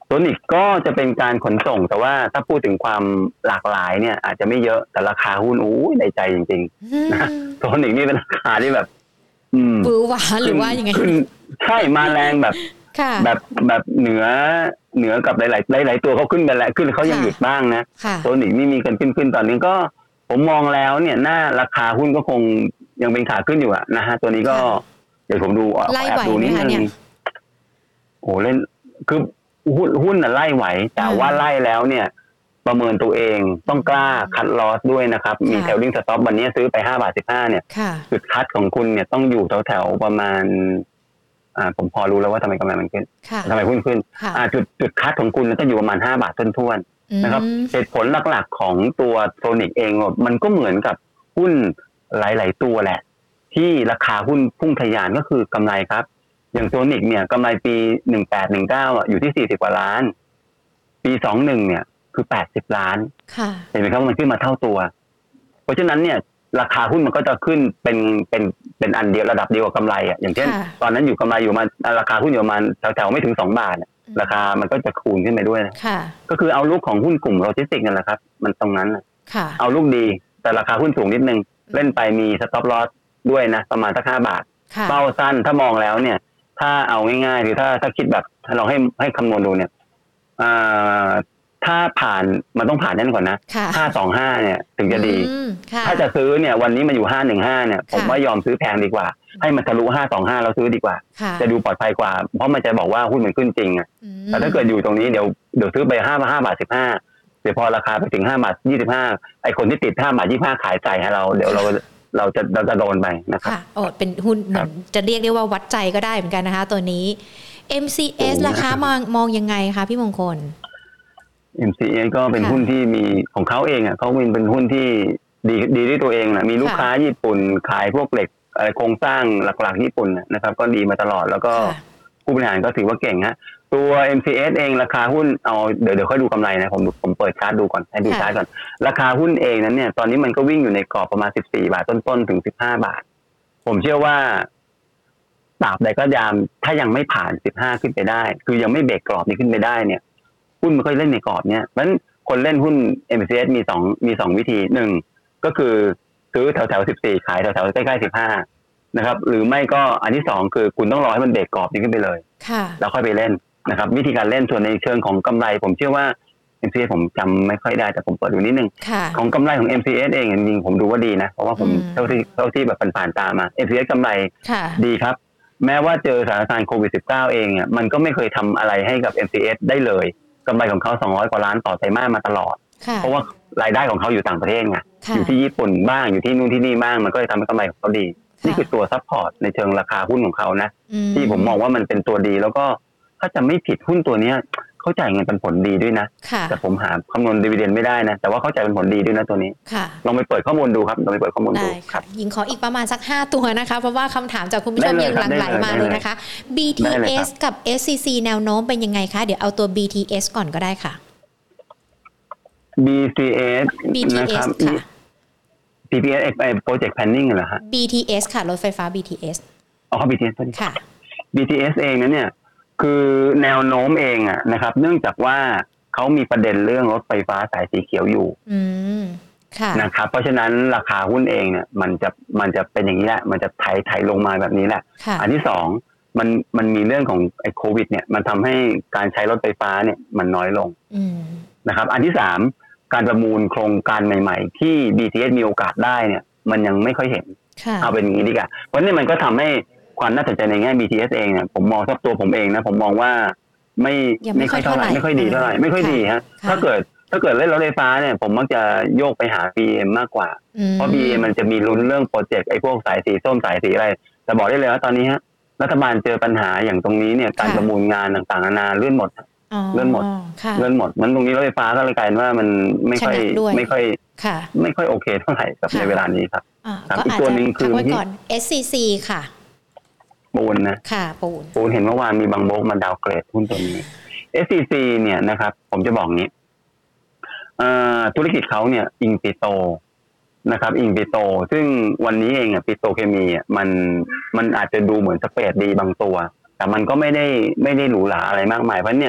โซนิกก็จะเป็นการขนส่งแต่ว่าถ้าพูดถึงความหลากหลายเนี่ยอาจจะไม่เยอะแต่ราคาหุ้นอู้ในใจจริงๆนะโซนิกนี่เป็นราคาที่แบบอืมบื้อหวาหรือว่ายังไงใช่มาแรงแบบแบบแบบเหนือเหนือกับหลายๆหลายๆตัวเขาขึ้นไปแล้วขึ้นเขายังหยุดบ้างนะโซนิกนี่มีกันขึ้นขึ้นตอนนี้ก็ผมมองแล้วเนี่ยหน้าราคาหุ้นก็คงยังเป็นขาขึ้นอยู่อะนะฮะตัวนี้ก็เดี๋ยวผมดูแอบดูนิดนึงโอ้เล่นคือหุ้นหุ้นน่ะไล่ไหวแต่ว่าไล่แล้วเนี่ยประเมินตัวเองต้องกล้าคัดลอสด้วยนะครับมีเทลลิ่งสต็อปวันนี้ซื้อไปห้าบาทสิบห้าเนี่ยจุดคัดของคุณเนี่ยต้องอยู่แถวๆประมาณอ่าผมพอรู้แล้วว่าทำไมกำไรมันขึ้นทำไมหุ้นขึ้นอ่าจุดจุดคัดของคุณต้องอยู่ประมาณห้าบาทต้นๆนะครับเหตุผลหลักๆของตัวโซนิกเองมันก็เหมือนกับหุ้นหลายๆตัวแหละที่ราคาหุ้นพุ่งทะยานก็คือกำไรครับอย่างโซนิกเนี่ยกำไรปีหนึ่งแปดหนึ่งเก้าอ่ะอยู่ที่สี่สิบกว่าล้านปีสองหนึ่งเนี่ยคือแปดสิบล้านเห็นไหมครับมันขึ้นมาเท่าตัวเพราะฉะนั้นเนี่ยราคาหุ้นมันก็จะขึ้นเป็นเป็นเป็นอันเดียวระดับเดียวกับกำไรอ่ะอย่างเช่นตอนนั้นอยู่กำไรอยู่มาราคาหุ้นอยู่ประมาณแถวๆไม่ถึงสองบาทราคามันก็จะคูณขึ้นไปด้วยนะก็คือเอาลูกของหุ้นกลุ่มโลจิสติกส์นั่นแหละครับมันตรงนั้นเอาลูกดีแต่ราคาหุ้นสูงนิดนึงเล่นไปมีสต็อปลอสด้วยนะประมาณสักห้าบาทเป้าสั้นถ้ามองแล้วเนี่ยถ้าเอาง่ายๆหรือถ้าถ้าคิดแบบลองให้ให้คำนวณดูเนี่ยถ้าผ่านมันต้องผ่านนั่นก่อนนะห้าสองห้าเนี่ยถึงจะดีถ้าจะซื้อเนี่ยวันนี้มาอยู่ห้าหนึ่งห้าเนี่ยผมว่ายอมซื้อแพงดีกว่าให้มันทะลุห้าสองห้าแล้วซื้อดีกว่าจะดูปลอดภัยกว่าเพราะมันจะบอกว่าหุ้นมันขึ้นจริงอ่ะแต่ถ้าเกิดอยู่ตรงนี้เดี๋ยวเดี๋ยวซื้อไปห้าห้าบาทสิบห้าเดี๋ยวพอราคาไปถึงห้าบาทยี่สิบห้าไอคนที่ติดห้าบาทยี่สิบห้าขายใส่ให้เราเดี๋ยวเราเราจะเราจะโดนไปนะครับค่ะโอ้เป็นหุ้นเหมือนจะเรียกได้ว่าวัดใจก็ได้เหมือนกันนะคะตัวนี้ เอ็ม ซี เอส ราคามองมองยังไงคะพี่มงคลเอ็ม ซี เอส ก็เป็นหุ้นที่มีของเขาเองอ่ะเขาเป็นเป็นหุ้นที่ดีดีด้วยตัวเองนะมีลูกค้าญี่ปุ่นขายพวกเหล็กอะไรโครงสร้างหลักๆญี่ปุ่นนะครับก็ดีมาตลอดแล้วก็ผู้บริหารก็ถือว่าเก่งฮะตัว เอ็ม ซี เอส เองราคาหุ้นเอาเดี๋ยวเดี๋ยวค่อยดูกำไรนะผมผมเปิดชาร์ตดูก่อนให้ดูชาร์ตก่อนราคาหุ้นเองนั้นเนี่ยตอนนี้มันก็วิ่งอยู่ในกรอบประมาณสิบสี่บาทต้นๆถึงสิบห้าบาทผมเชื่อว่าตราบใดก็ยามถ้ายังไม่ผ่านสิบห้าขึ้นไปได้คือยังไม่เบรกกรอบนี้ขึ้นไปได้เนี่ยหุ้นมันก็เล่นในกรอบเนี้ยเพราะฉะนั้นคนเล่นหุ้น เอ็ม ซี เอส มีสองมีสองวิธีหนึ่งก็คือซื้อแถวๆสิบสี่ขายแถวๆใกล้ๆสิบห้านะครับหรือไม่ก็อันที่สองคือคุณต้องรอให้มันเบรกกรอบนี้ขึ้นไปเลยแล้วค่อยไปเล่นนะครับวิธีการเล่นส่วนในเชิงของกำไรผมเชื่อว่า เอ็ม ซี เอส ผมจำไม่ค่อยได้แต่ผมเปิดดูนิดนึงของกำไรของ เอ็ม ซี เอส เองจริงๆผมดูว่าดีนะเพราะว่าผมเท่าที่เท่าที่แบบผ่านๆตามา เอ็ม ซี เอส กำไรดีครับแม้ว่าเจอสถานการณ์โควิด สิบเก้า เองอ่ะมันก็ไม่เคยทำอะไรให้กับ เอ็ม ซี เอส ได้เลยกำไรของเขาสองร้อยกว่าล้านต่อไตรมาสมาตลอดเพราะว่ารายได้ของเขาอยู่ต่างประเทศไงอยู่ที่ญี่ปุ่นบ้างอยู่ที่นู่นที่นี่บ้างมันก็เลยทำให้กำไรของเขาดีนี่คือตัวซัพพอร์ตในเชิงราคาหุ้นของเขานะที่ผมมองว่ามันเป็นตัวดีแล้วก็ถ้าจะไม่ผิดหุ้นตัวนี้เขาจ่ายเงินเป็นผลดีด้วยนะแต่ผมหาคำนวณดิวิเดนด์ไม่ได้นะแต่ว่าเขาจ่ายเป็นผลดีด้วยนะตัวนี้ลองไปเปิดข้อมูลดูครับลองไปเปิดข้อมูลดูครับหญิงขออีกประมาณสักห้าตัวนะคะเพราะว่าคำถามจากคุณผู้ชมยังหลั่งไหลมาเลยนะคะ บี ที เอส กับ เอส ซี ซี แนวโน้มเป็นยังไงคะเดี๋ยวเอาตัว บี ที เอส ก่อนก็ได้ค่ะบี ที เอส นะครับ บี ที เอส ไอ้ Project Planning เหรอฮะบี ที เอส ค่ะรถไฟฟ้า บี ที เอสอ๋อ บี ที เอสค่ะบี ที เอส เองนั้นเนี่ยคือแนวโน้มเองอ่ะนะครับเนื่องจากว่าเขามีประเด็นเรื่องรถไฟฟ้าสายสีเขียวอยู่อืมค่ะนะครับเพราะฉะนั้นราคาหุ้นเองเนี่ยมันจะมันจะเป็นอย่างนี้แหละมันจะไถไถลงมาแบบนี้แหละอันที่สองมันมันมีเรื่องของไอ้โควิดเนี่ยมันทำให้การใช้รถไฟฟ้าเนี่ยมันน้อยลงนะครับอันที่สามการประมูลโครงการใหม่ๆที่ บี ที เอส มีโอกาสได้เนี่ยมันยังไม่ค่อยเห็นเอาเป็นอย่างนี้ดีกว่าเพราะนี่มันก็ทำให้ความน่าสนใจในแง่ บี ที เอส เองเนี่ยผมมองตัวผมเองนะผมมองว่าไม่ไม่ค่อยเท่าไหร่ไม่ค่อยดีเท่าไหร่ไม่ค่อยดีฮะถ้าเกิดถ้าเกิดเล่นรถไฟฟ้าเนี่ยผมมักจะโยกไปหา บี เอ็ม มากกว่าเพราะ บี เอ็ม มันจะมีลุ้นเรื่องโปรเจกต์ไอ้พวกสายสีส้มสายสีอะไรแต่บอกได้เลยว่าตอนนี้ฮะรัฐบาลเจอปัญหาอย่างตรงนี้เนี่ยการประมูลงานต่างๆนานาเลื่อนหมดเลื่อนหมดเลื่อนหมดมันตรงนี้รถไฟฟ้าก็เลยกลายว่ามันไม่ค่อยไม่ค่อยไม่ค่อยโอเคเท่าไหร่กับในเวลานี้ครับอีกตัวนึงคือที่เอส ซี ซี ค่ะปูนนะค่ะปูนปูนเห็นเมื่อวานมีบางโบกมาดาวเกรดหุ้นตัวนี้ เอส ซี ซี เนี่ยนะครับผมจะบอกงี้ธุรกิจเขาเนี่ยอิงปิโตนะครับอิงปิโตซึ่งวันนี้เองอ่ะปิโตเคมีอ่ะมันมันอาจจะดูเหมือนสเปรดดีบางตัวแต่มันก็ไม่ได้ไม่ได้หรูหราอะไรมากมายเพราะเนี่ย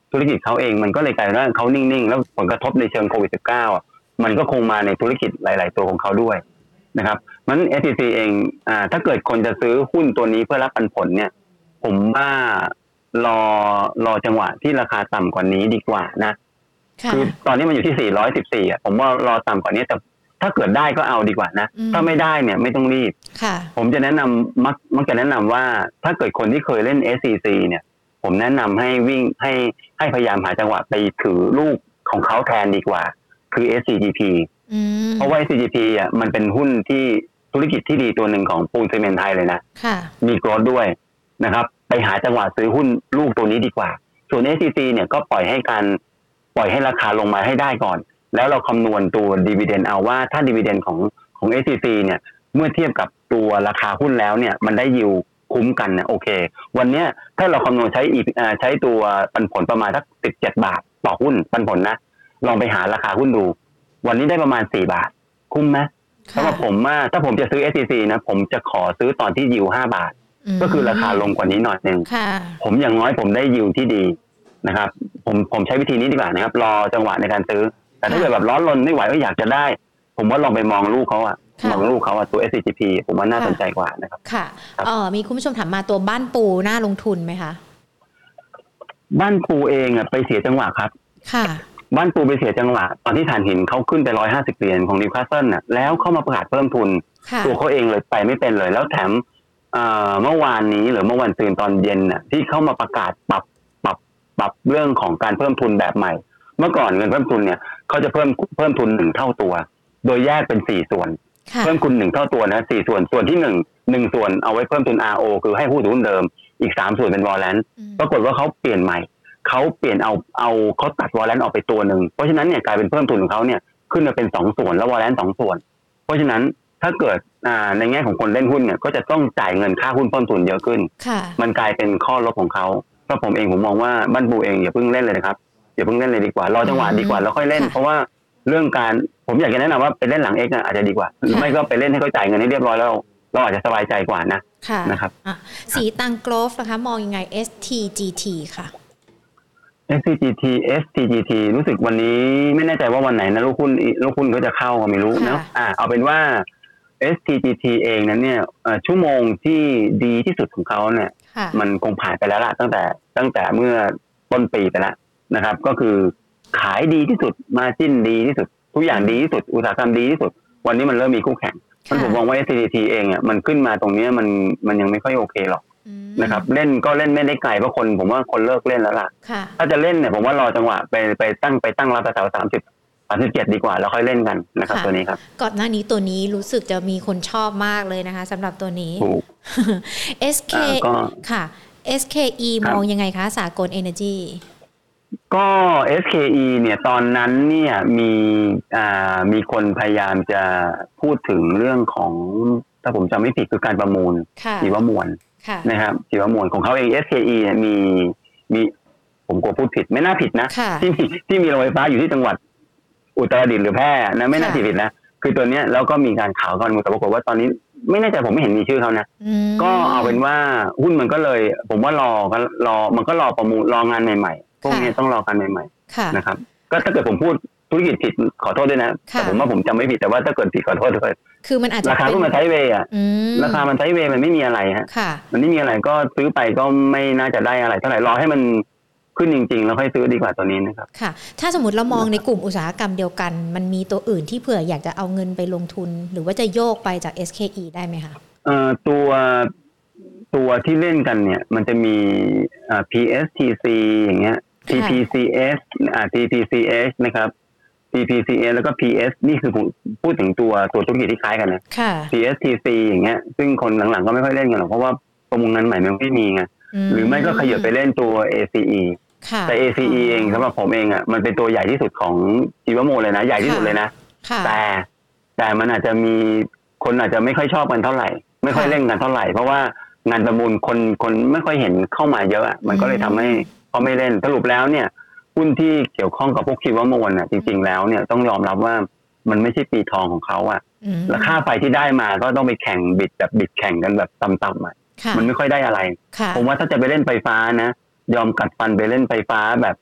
ธุรกิจเขาเองมันก็เลยกลายเป็นว่าเขานิ่งๆแล้วผลกระทบในเชิงโควิด สิบเก้า มันก็คงมาในธุรกิจหลายๆตัวของเขาด้วยนะครับงั้น เอส ซี ซี เองอ่าถ้าเกิดคนจะซื้อหุ้นตัวนี้เพื่อรับปันผลเนี่ยผมว่ารอรอจังหวะที่ราคาต่ำกว่านี้ดีกว่านะคือตอนนี้มันอยู่ที่สี่ร้อยสิบสี่อ่ะผมว่ารอต่ำกว่านี้แต่ถ้าเกิดได้ก็เอาดีกว่านะถ้าไม่ได้เนี่ยไม่ต้องรีบผมจะแนะนำมักมักจะแนะนำว่าถ้าเกิดคนที่เคยเล่น เอส ซี ซี เนี่ยผมแนะนำให้วิ่งให้ให้พยายามหาจังหวะไปถือลูกของเขาแทนดีกว่าคือ เอส ซี จี พี เพราะว่า เอส ซี จี พี อ่ะมันเป็นหุ้นที่ธุรกิจที่ดีตัวหนึ่งของปูนซีเมนต์ไทยเลยนะมีโกรธด้วยนะครับไปหาจังหวะซื้อหุ้นลูกตัวนี้ดีกว่าส่วน เอส ซี ซี เนี่ยก็ปล่อยให้การปล่อยให้ราคาลงมาให้ได้ก่อนแล้วเราคำนวณตัว dividend เอาว่าถ้า dividend ของของ เอส ซี ซี เนี่ยเมื่อเทียบกับตัวราคาหุ้นแล้วเนี่ยมันได้ยิวคุ้มกันนะโอเควันนี้ถ้าเราคำนวณใช้ใช้ตัวปันผลประมาณสักสิบเจ็ดบาทต่อหุ้นปันผลนะลองไปหาราคาหุ้นดูวันนี้ได้ประมาณสี่บาทคุ้มไหมสำหรับผมว่าถ้าผมจะซื้อ เอส ซี ซี นะผมจะขอซื้อตอนที่ยิวห้าบาทก็คือราคาลงกว่านี้หน่อยนึงผมอย่างน้อยผมได้ยิวที่ดีนะครับผมผมใช้วิธีนี้ดีกว่านะครับรอจังหวะในการซื้อแต่ถ้าเกิดแบบร้อนรนไม่ไหวก็อยากจะได้ผมว่าลองไปมองลูกเขาอะมองลูกเขาอะตัว เอส ซี จี พี ผมว่าน่าสนใจกว่านะครับค่ะเออมีคุณผู้ชมถามมาตัวบ้านปูน่าลงทุนไหมคะบ้านปูเองอะไปเสียจังหวะครับค่ะบ้านปูไปเสียจังหวะตอนที่ถ่านหินเขาขึ้นไปหนึ่งร้อยห้าสิบเหรียญของนิวคาสเซิลน่ะแล้วเข้ามาประกาศเพิ่มทุนตัวเขาเองเลยไปไม่เป็นเลยแล้วแถมเมื่อวานนี้หรือเมื่อวันตื่นตอนเย็นน่ะที่เข้ามาประกาศปรับปรับปรับเรื่องของการเพิ่มทุนแบบใหม่เมื่อก่อนเงินเพิ่มทุนเนี่ยเขาจะเพิ่มเพิ่มทุนหนึ่งเท่าตัวโดยแยกเป็นสี่ส่วนเพิ่มทุนหนึ่งเท่าตัวนะสี่ส่วนส่วนที่หนึ่งหนึ่งส่วนเอาไว้เพิ่มทุน อาร์ โอ คือให้ผู้ถือหุ้นเดิมอีกสามส่วนเป็นวอลเลนต์ปรากฏว่าเขาเปลี่ยนใหม่เขาเปลี่ยนเอาเอาเขาตัดวอลเลนต์ออกไปตัวหนึ่งเพราะฉะนั้นเนี่ยกลายเป็นเพิ่มทุนของเขาเนี่ยขึ้นมาเป็นสองส่วนแล้ววอลเลนต์สองส่วนเพราะฉะนั้นถ้าเกิดในแง่ของคนเล่นหุ้นเนี่ยก็จะต้องจ่ายเงินค่าหุ้นเพิ่มทุนเยอะขึ้นมันกลายเป็นข้อลบของเขาเพราะผมเองผมมองว่าบ้านปูเองอย่าเพิ่งเล่นเลยนะครับอย่าเพิ่งเล่นเลยดีกว่ารอจังหวะดีกว่าแล้วค่อยเล่นเพราะว่าเรื่องการผมอยากจะแนะนำว่าไปเล่นหลัง X อาจจะดีกว่าหรือไม่ก็ไปเล่นให้เขาจ่ายเงินให้เรียบร้อยแล้วเราอาจจะสบายใจกว่านะนะครับสีตังโกลฟนะคะมองยังไง เอส ที จี ที ค่ะเอส ซี จี ที เอส ที จี ที รู้สึกวันนี้ไม่แน่ใจว่าวันไหนนะลูกหุ้นลูกหุ้นก็จะเข้าก็ไม่รู้เนาะอ่าเอาเป็นว่า เอส ที จี ที เองนั้นเนี่ยชั่วโมงที่ดีที่สุดของเขาเนี่ยมันคงผ่านไปแล้วล่ะตั้งแต่ตั้งแต่เมื่อต้นปีไปแล้วนะครับก็คือขายดีที่สุดมาจิ้นดีที่สุดทุกอย่างดีที่สุดอุตสาหกรรมดีที่สุดวันนี้มันเริ่มมีคู่แข่งมันผมมองว่า เอส ที จี เองอ่ะมันขึ้นมาตรงนี้มันมันยังไม่ค่อยโอเคหรอกนะครับเล่นก็เล่นไม่ได้ไกลเพราะคนผมว่าคนเลิกเล่นแล้วล่ะถ้าจะเล่นเนี่ยผมว่ารอจังหวะไปไปตั้งไปตั้งรับแถวสามสิบสามสิบเจ็ดดีกว่าแล้วค่อยเล่นกันนะครับตัวนี้ครับก่อนหน้านี้ตัวนี้รู้สึกจะมีคนชอบมากเลยนะคะสำหรับตัวนี้ เอส เค ค่ะ เอส เค อี มองยังไงคะสากล Energy ก็ เอส เค อี เนี่ยตอนนั้นเนี่ยมีอ่ามีคนพยายามจะพูดถึงเรื่องของถ้าผมจำไม่ผิดคือการประมูลชีวมวลนะครับชีวมวลของเขาเอง เอส เค อี เนี่ยมีมีผมกลัวพูดผิดไม่น่าผิดนะที่มีที่มีโรงไฟฟ้าอยู่ที่จังหวัดอุตรดิตถ์หรือแพร่นะไม่น่าผิดนะคือตัวเนี้ยแล้วก็มีการข่าวกันแต่ปรากฏว่าตอนนี้ไม่แน่ใจผมไม่เห็นมีชื่อเขานะก็เอาเป็นว่าหุ้นมันก็เลยผมว่ารอก็รอมันก็รอประมูลรองานใหม่ๆพวกนี้ต้องรอกันใหม่ๆนะครับก็ถ้าเกิดผมพูดธุรกิจผิดขอโทษด้วยนะแต่ผมว่าผมจำไม่ผิดแต่ว่าถ้าเกิดผิดขอโทษด้วยคือมันอาจจะราคาหุ้นมันไซด์เวย์อ่ะราคามันไซด์เวย์มันไม่มีอะไรฮะมันไม่มีอะไรก็ซื้อไปก็ไม่น่าจะได้อะไรเท่าไหร่รอให้มันขึ้นจริงๆแล้วค่อยซื้อดีกว่าตัวนี้นะครับค่ะถ้าสมมติเรามองในกลุ่มอุตสาหกรรมเดียวกันมันมีตัวอื่นที่เผื่ออยากจะเอาเงินไปลงทุนหรือว่าจะโยกไปจาก เอส เค อี ได้ไหมคะเอ่อตัวตัวที่เล่นกันเนี่ยมันจะมีอ่า พี เอส ที ซี อย่างเงี้ย ที พี ซี เอส อ่า ที พี ซี เอส นะครับ ที พี ซี เอส แล้วก็ พี เอส นี่คือพูดถึงตัวตัวธุรกิจที่คล้ายกันนะ พี เอส ที ซี อย่างเงี้ยซึ่งคนหลังๆก็ไม่ค่อยเล่นกันหรอกเพราะว่าประมูลนั้นใหม่มันไม่มีไงหรือไม่ก็ขยับไปเล่นตัว เอ ซี อี แต่ เอ ซี อี เองสำหรับผมเองอ่ะมันเป็นตัวใหญ่ที่สุดของชีวมวลเลยนะใหญ่ที่สุดเลยนะแต่แต่มันอาจจะมีคนอาจจะไม่ค่อยชอบกันเท่าไหร่ไม่ค่อยเล่นกันเท่าไหร่เพราะว่างานประมูลคนคนไม่ค่อยเห็นเข้ามาเยอะมันก็เลยทำให้เขาไม่เล่นสรุปแล้วเนี่ยหุ้นที่เกี่ยวข้องกับพวกชีวมวลน่ะจริงๆแล้วเนี่ยต้องยอมรับว่ามันไม่ใช่ปีทองของเขาอ่ะแล้วค่าไฟที่ได้มาก็ต้องไปแข่งบิดแบบบิดแข่งกันแบบต่ำๆอ่ะมันไม่ค่อยได้อะไรผมว่าถ้าจะไปเล่นไฟฟ้านะยอมกัดฟันไปเล่นไฟฟ้าแบบ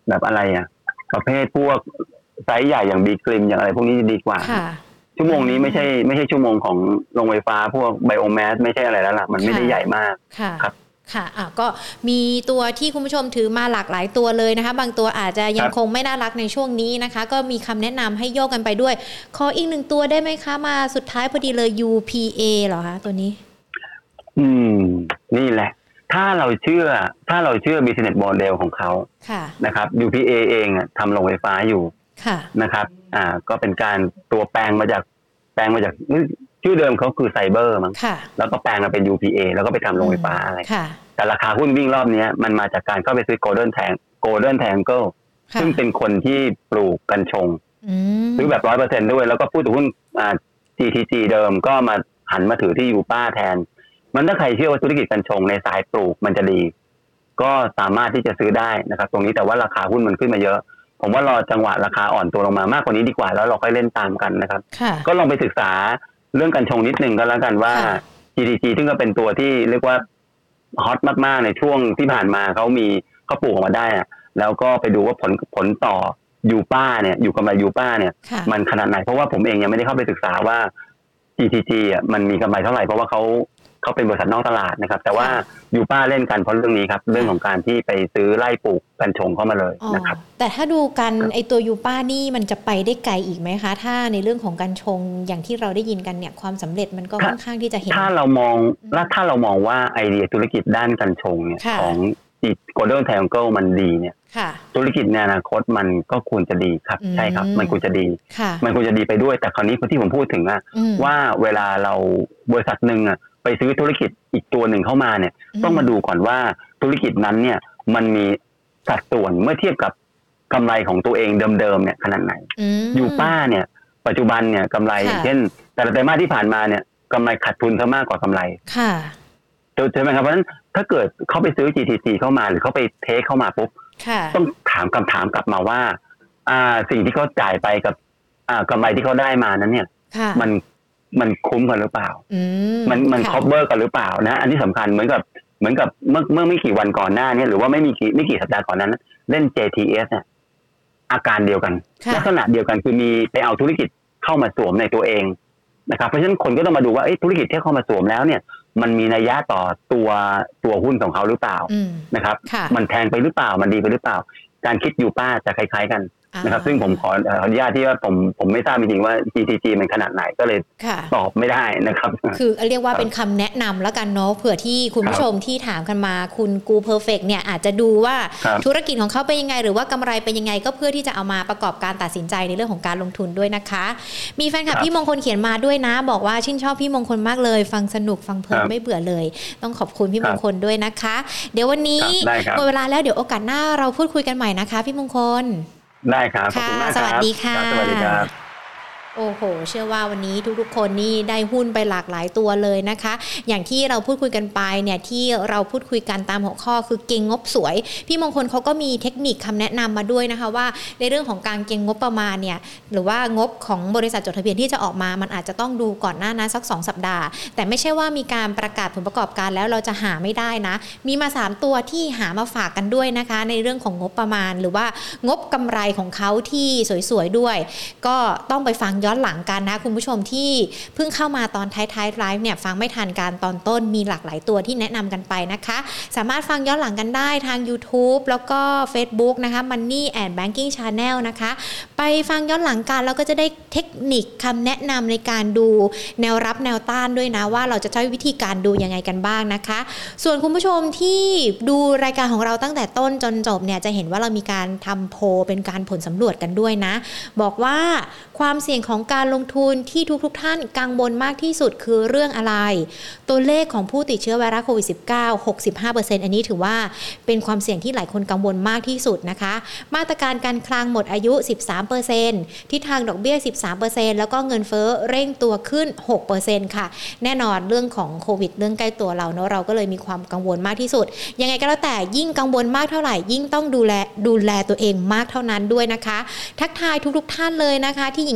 แบบอะไรอ่ะประเภทพวกไซส์ใหญ่อย่างบีกริมอย่างอะไรพวกนี้ดีกว่าชั่วโมงนี้ไม่ใช่ไม่ใช่ชั่วโมงของโรงไฟฟ้าพวกไบโอแมสไม่ใช่อะไรแล้วล่ะมันไม่ได้ใหญ่มากครับค่ะอ่ะก็มีตัวที่คุณผู้ชมถือมาหลากหลายตัวเลยนะคะบางตัวอาจจะยังคงไม่น่ารักในช่วงนี้นะคะก็มีคำแนะนำให้โยกกันไปด้วยขออีกหนึ่งตัวได้ไหมคะมาสุดท้ายพอดีเลย ยู พี เอ เหรอคะตัวนี้อืมนี่แหละถ้าเราเชื่อถ้าเราเชื่อ business model ของเขาค่ะนะครับ ยู พี เอ เองอ่ะทำโรงไฟฟ้าอยู่ค่ะนะครับอ่าก็เป็นการตัวแปลงมาจากแปลงมาจากชื่อเดิมเขาคือไซเบอร์มั้งแล้วก็แปลงมาเป็น ยู พี เอ แล้วก็ไปทำโรงไฟฟ้าอะไรแต่ราคาหุ้นวิ่งรอบนี้มันมาจากการเข้าไปซื้อ Golden Tang Golden Triangle ซึ่งเป็นคนที่ปลูกกัญชงซื้อแบบ ร้อยเปอร์เซ็นต์ ด้วยแล้วก็พูดถึงหุ้นอ่า จี ที จี เดิมก็มาหันมาถือที่ยูป้าแทนมันถ้าใครเชื่อว่าธุรกิจกัญชงในสายปลูกมันจะดีก็สามารถที่จะซื้อได้นะครับตรงนี้แต่ว่าราคาหุ้นมันขึ้นมาเยอะผมว่ารอจังหวะราคาอ่อนตัวลงมามากกว่านี้ดีกว่าแล้วเราค่อยเล่นตามกันนะครับก็ลองไปศึกษาเรื่องกัญชงนิดนึงก็แล้วกันว่า จี ที จี ซึ่งก็เป็นตัวที่เรียกว่าฮอตมากๆในช่วงที่ผ่านมาเขามีเขาปลูกออกมาได้อะแล้วก็ไปดูว่าผลผลต่อยูป้าเนี่ยอยู่กำไรยูป้าเนี่ยมันขนาดไหนเพราะว่าผมเองยังไม่ได้เข้าไปศึกษาว่า จี ที จี อ่ะมันมีกำไรเท่าไหร่เพราะว่าเขาเขาเป็นบริษัทนอกตลาดนะครับแต่ว่ายูป้าเล่นกันเพราะเรื่องนี้ครับเรื่องของการที่ไปซื้อไล่ปลูกกัญชงเข้ามาเลยนะครับแต่ถ้าดูกันไอตัวยูป้านี่มันจะไปได้ไกลอีกไหมคะถ้าในเรื่องของกัญชงอย่างที่เราได้ยินกันเนี่ยความสำเร็จมันก็ค่อนข้างที่จะเห็นถ้าเรามองและถ้าเรามองว่าไอเดียธุรกิจด้านกัญชงเนี่ยของGolden Triangle มันดีเนี่ยธุรกิจในอนาคตมันก็ควรจะดีครับใช่ครับมันควรจะดีมันควรจะดีไปด้วยแต่คราวนี้ที่ผมพูดถึงอะว่าเวลาเราบริษัทนึงอะไปซื้อธุรกิจอีกตัวหนึ่งเข้ามาเนี่ยต้องมาดูก่อนว่าธุรกิจนั้นเนี่ยมันมีสัดส่วนเมื่อเทียบกับกำไรของตัวเองเดิมๆเนี่ยขนาดไหนยูป้าเนี่ยปัจจุบันเนี่ยกำไรอย่างเช่นแต่ละไตรมาสที่ผ่านมาเนี่ยกำไรขาดทุนซะมากกว่ากำไรค่ะใช่ไหมครับเพราะฉะนั้นถ้าเกิดเขาไปซื้อ จี ที ซี เข้ามาหรือเขาไปเทคเข้ามาปุ๊บต้องถามคำถามกลับมาว่าอ่าสิ่งที่เขาจ่ายไปกับอ่ากำไรที่เขาได้มานั้นเนี่ยมันมันคุ้มกันหรือเปล่ามันมันครอบเบอร์กันหรือเปล่านะอันนี้สำคัญเหมือนกับเหมือนกับเมื่อเมื่อไม่กี่วันก่อนหน้านี้หรือว่าไม่มีกี่ไม่กี่สัปดาห์ก่อนนั้นเล่น เจ ที เอส เนี่ยอาการเดียวกันลักษณะเดียวกันคือมีไปเอาธุรกิจเข้ามาสวมในตัวเองนะครับเพราะฉะนั้นคนก็ต้องมาดูว่าธุรกิจที่เข้ามาสวมแล้วเนี่ยมันมีนัยยะต่อตัวตัวหุ้นของเขาหรือเปล่านะครับมันแพงไปหรือเปล่ามันดีไปหรือเปล่าการคิดยูป้าจะคล้ายๆกันนะครับซึ่งผมขออนุญาตที่ว่าผมผมไม่ทราบจริงๆว่า จี ที จี มันขนาดไหนก็เลยตอบไม่ได้นะครับคือเรียกว่าเป็นคำแนะนำแล้วกันเนาะเผื่อที่คุณผู้ชมที่ถามกันมาคุณกูเพอร์เฟกต์เนี่ยอาจจะดูว่าธุรกิจของเขาเป็นยังไงหรือว่ากำไรเป็นยังไงก็เพื่อที่จะเอามาประกอบการตัดสินใจในเรื่องของการลงทุนด้วยนะคะมีแฟนคลับพี่มงคลเขียนมาด้วยนะบอกว่าชื่นชอบพี่มงคลมากเลยฟังสนุกฟังเพลินไม่เบื่อเลยต้องขอบคุณพี่มงคลด้วยนะคะเดี๋ยววันนี้หมดเวลาแล้วเดี๋ยวโอกาสหน้าเราพูดคุยกันใหม่นะคะพี่มงคลได้ครับขอบคุณมากครับสวัสดีค่ะสวัสดีครับโอ้โหเชื่อว่าวันนี้ทุกๆคนนี่ได้หุ้นไปหลากหลายตัวเลยนะคะอย่างที่เราพูดคุยกันไปเนี่ยที่เราพูดคุยกันตามหัวข้อคือเก็งงบสวยพี่มงคลเขาก็มีเทคนิคคำแนะนำมาด้วยนะคะว่าในเรื่องของการเก็งงบประมาณเนี่ยหรือว่างบของบริษัทจดทะเบียนที่จะออกมามันอาจจะต้องดูก่อนหน้านั้นสักสองสัปดาห์แต่ไม่ใช่ว่ามีการประกาศผลประกอบการแล้วเราจะหาไม่ได้นะมีมาสามตัวที่หามาฝากกันด้วยนะคะในเรื่องของงบประมาณหรือว่างบกำไรของเขาที่สวยๆด้วยก็ต้องไปฟังย้อนหลังกันนะคุณผู้ชมที่เพิ่งเข้ามาตอนท้ายๆไลฟ์เนี่ยฟังไม่ทันการตอนต้นมีหลากหลายตัวที่แนะนำกันไปนะคะสามารถฟังย้อนหลังกันได้ทาง YouTube แล้วก็ Facebook นะคะ Money and Banking Channel นะคะไปฟังย้อนหลังกันแล้วก็จะได้เทคนิคคำแนะนำในการดูแนวรับแนวต้านด้วยนะว่าเราจะใช้วิธีการดูยังไงกันบ้างนะคะส่วนคุณผู้ชมที่ดูรายการของเราตั้งแต่ต้นจนจบเนี่ยจะเห็นว่าเรามีการทำโพลเป็นการผลสำรวจกันด้วยนะบอกว่าความเสี่ยงของการลงทุนที่ทุกๆท่านกังวลมากที่สุดคือเรื่องอะไรตัวเลขของผู้ติดเชื้อไวรัสโควิด สิบเก้า หกสิบห้าเปอร์เซ็นต์ อันนี้ถือว่าเป็นความเสี่ยงที่หลายคนกังวลมากที่สุดนะคะมาตรการการคลังหมดอายุ สิบสามเปอร์เซ็นต์ ทิศทางดอกเบี้ย สิบสามเปอร์เซ็นต์ แล้วก็เงินเฟ้อเร่งตัวขึ้น หกเปอร์เซ็นต์ ค่ะแน่นอนเรื่องของโควิดเรื่องใกล้ตัวเราเนาะเราก็เลยมีความกังวลมากที่สุดยังไงก็แล้วแต่ยิ่งกังวลมากเท่าไหร่ยิ่งต้องดูแลดูแลตัวเองมากเท่านั้นด้วยนะคะทักทายทุกๆท่านเลยนะคะที่หญิงอาจจะไม่ได้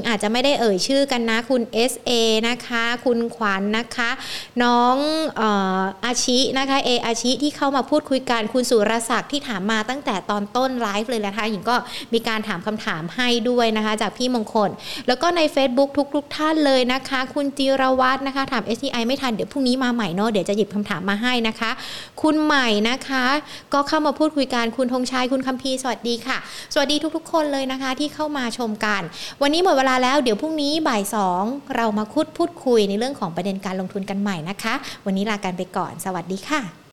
ได้เอ่ยชื่อกันนะคุณ เอส เอ นะคะคุณขวัญ นะคะน้องเอ่ออาชินะคะเออาชิที่เข้ามาพูดคุยกันคุณสุรศักดิ์ที่ถามมาตั้งแต่ตอนต้นไลฟ์เลยนะคะหญิงก็มีการถามคำถามให้ด้วยนะคะจากพี่มงคลแล้วก็ใน Facebook ทุกๆท่านเลยนะคะคุณจิรวัฒน์นะคะถาม เอส ที ไอ ไม่ทันเดี๋ยวพรุ่งนี้มาใหม่เนาะเดี๋ยวจะหยิบคำถามมาให้นะคะคุณใหม่นะคะก็เข้ามาพูดคุยกันคุณธงชัยคุณคัมภีร์สวัสดีค่ะสวัสดีทุกๆคนเลยนะคะที่เข้ามาชมกันวันนี้หมดเวลาแล้วเดี๋ยวพรุ่งนี้บ่ายสองเรามาคุดพูดคุยในเรื่องของประเด็นการลงทุนกันใหม่นะคะวันนี้ลากันไปก่อนสวัสดีค่ะ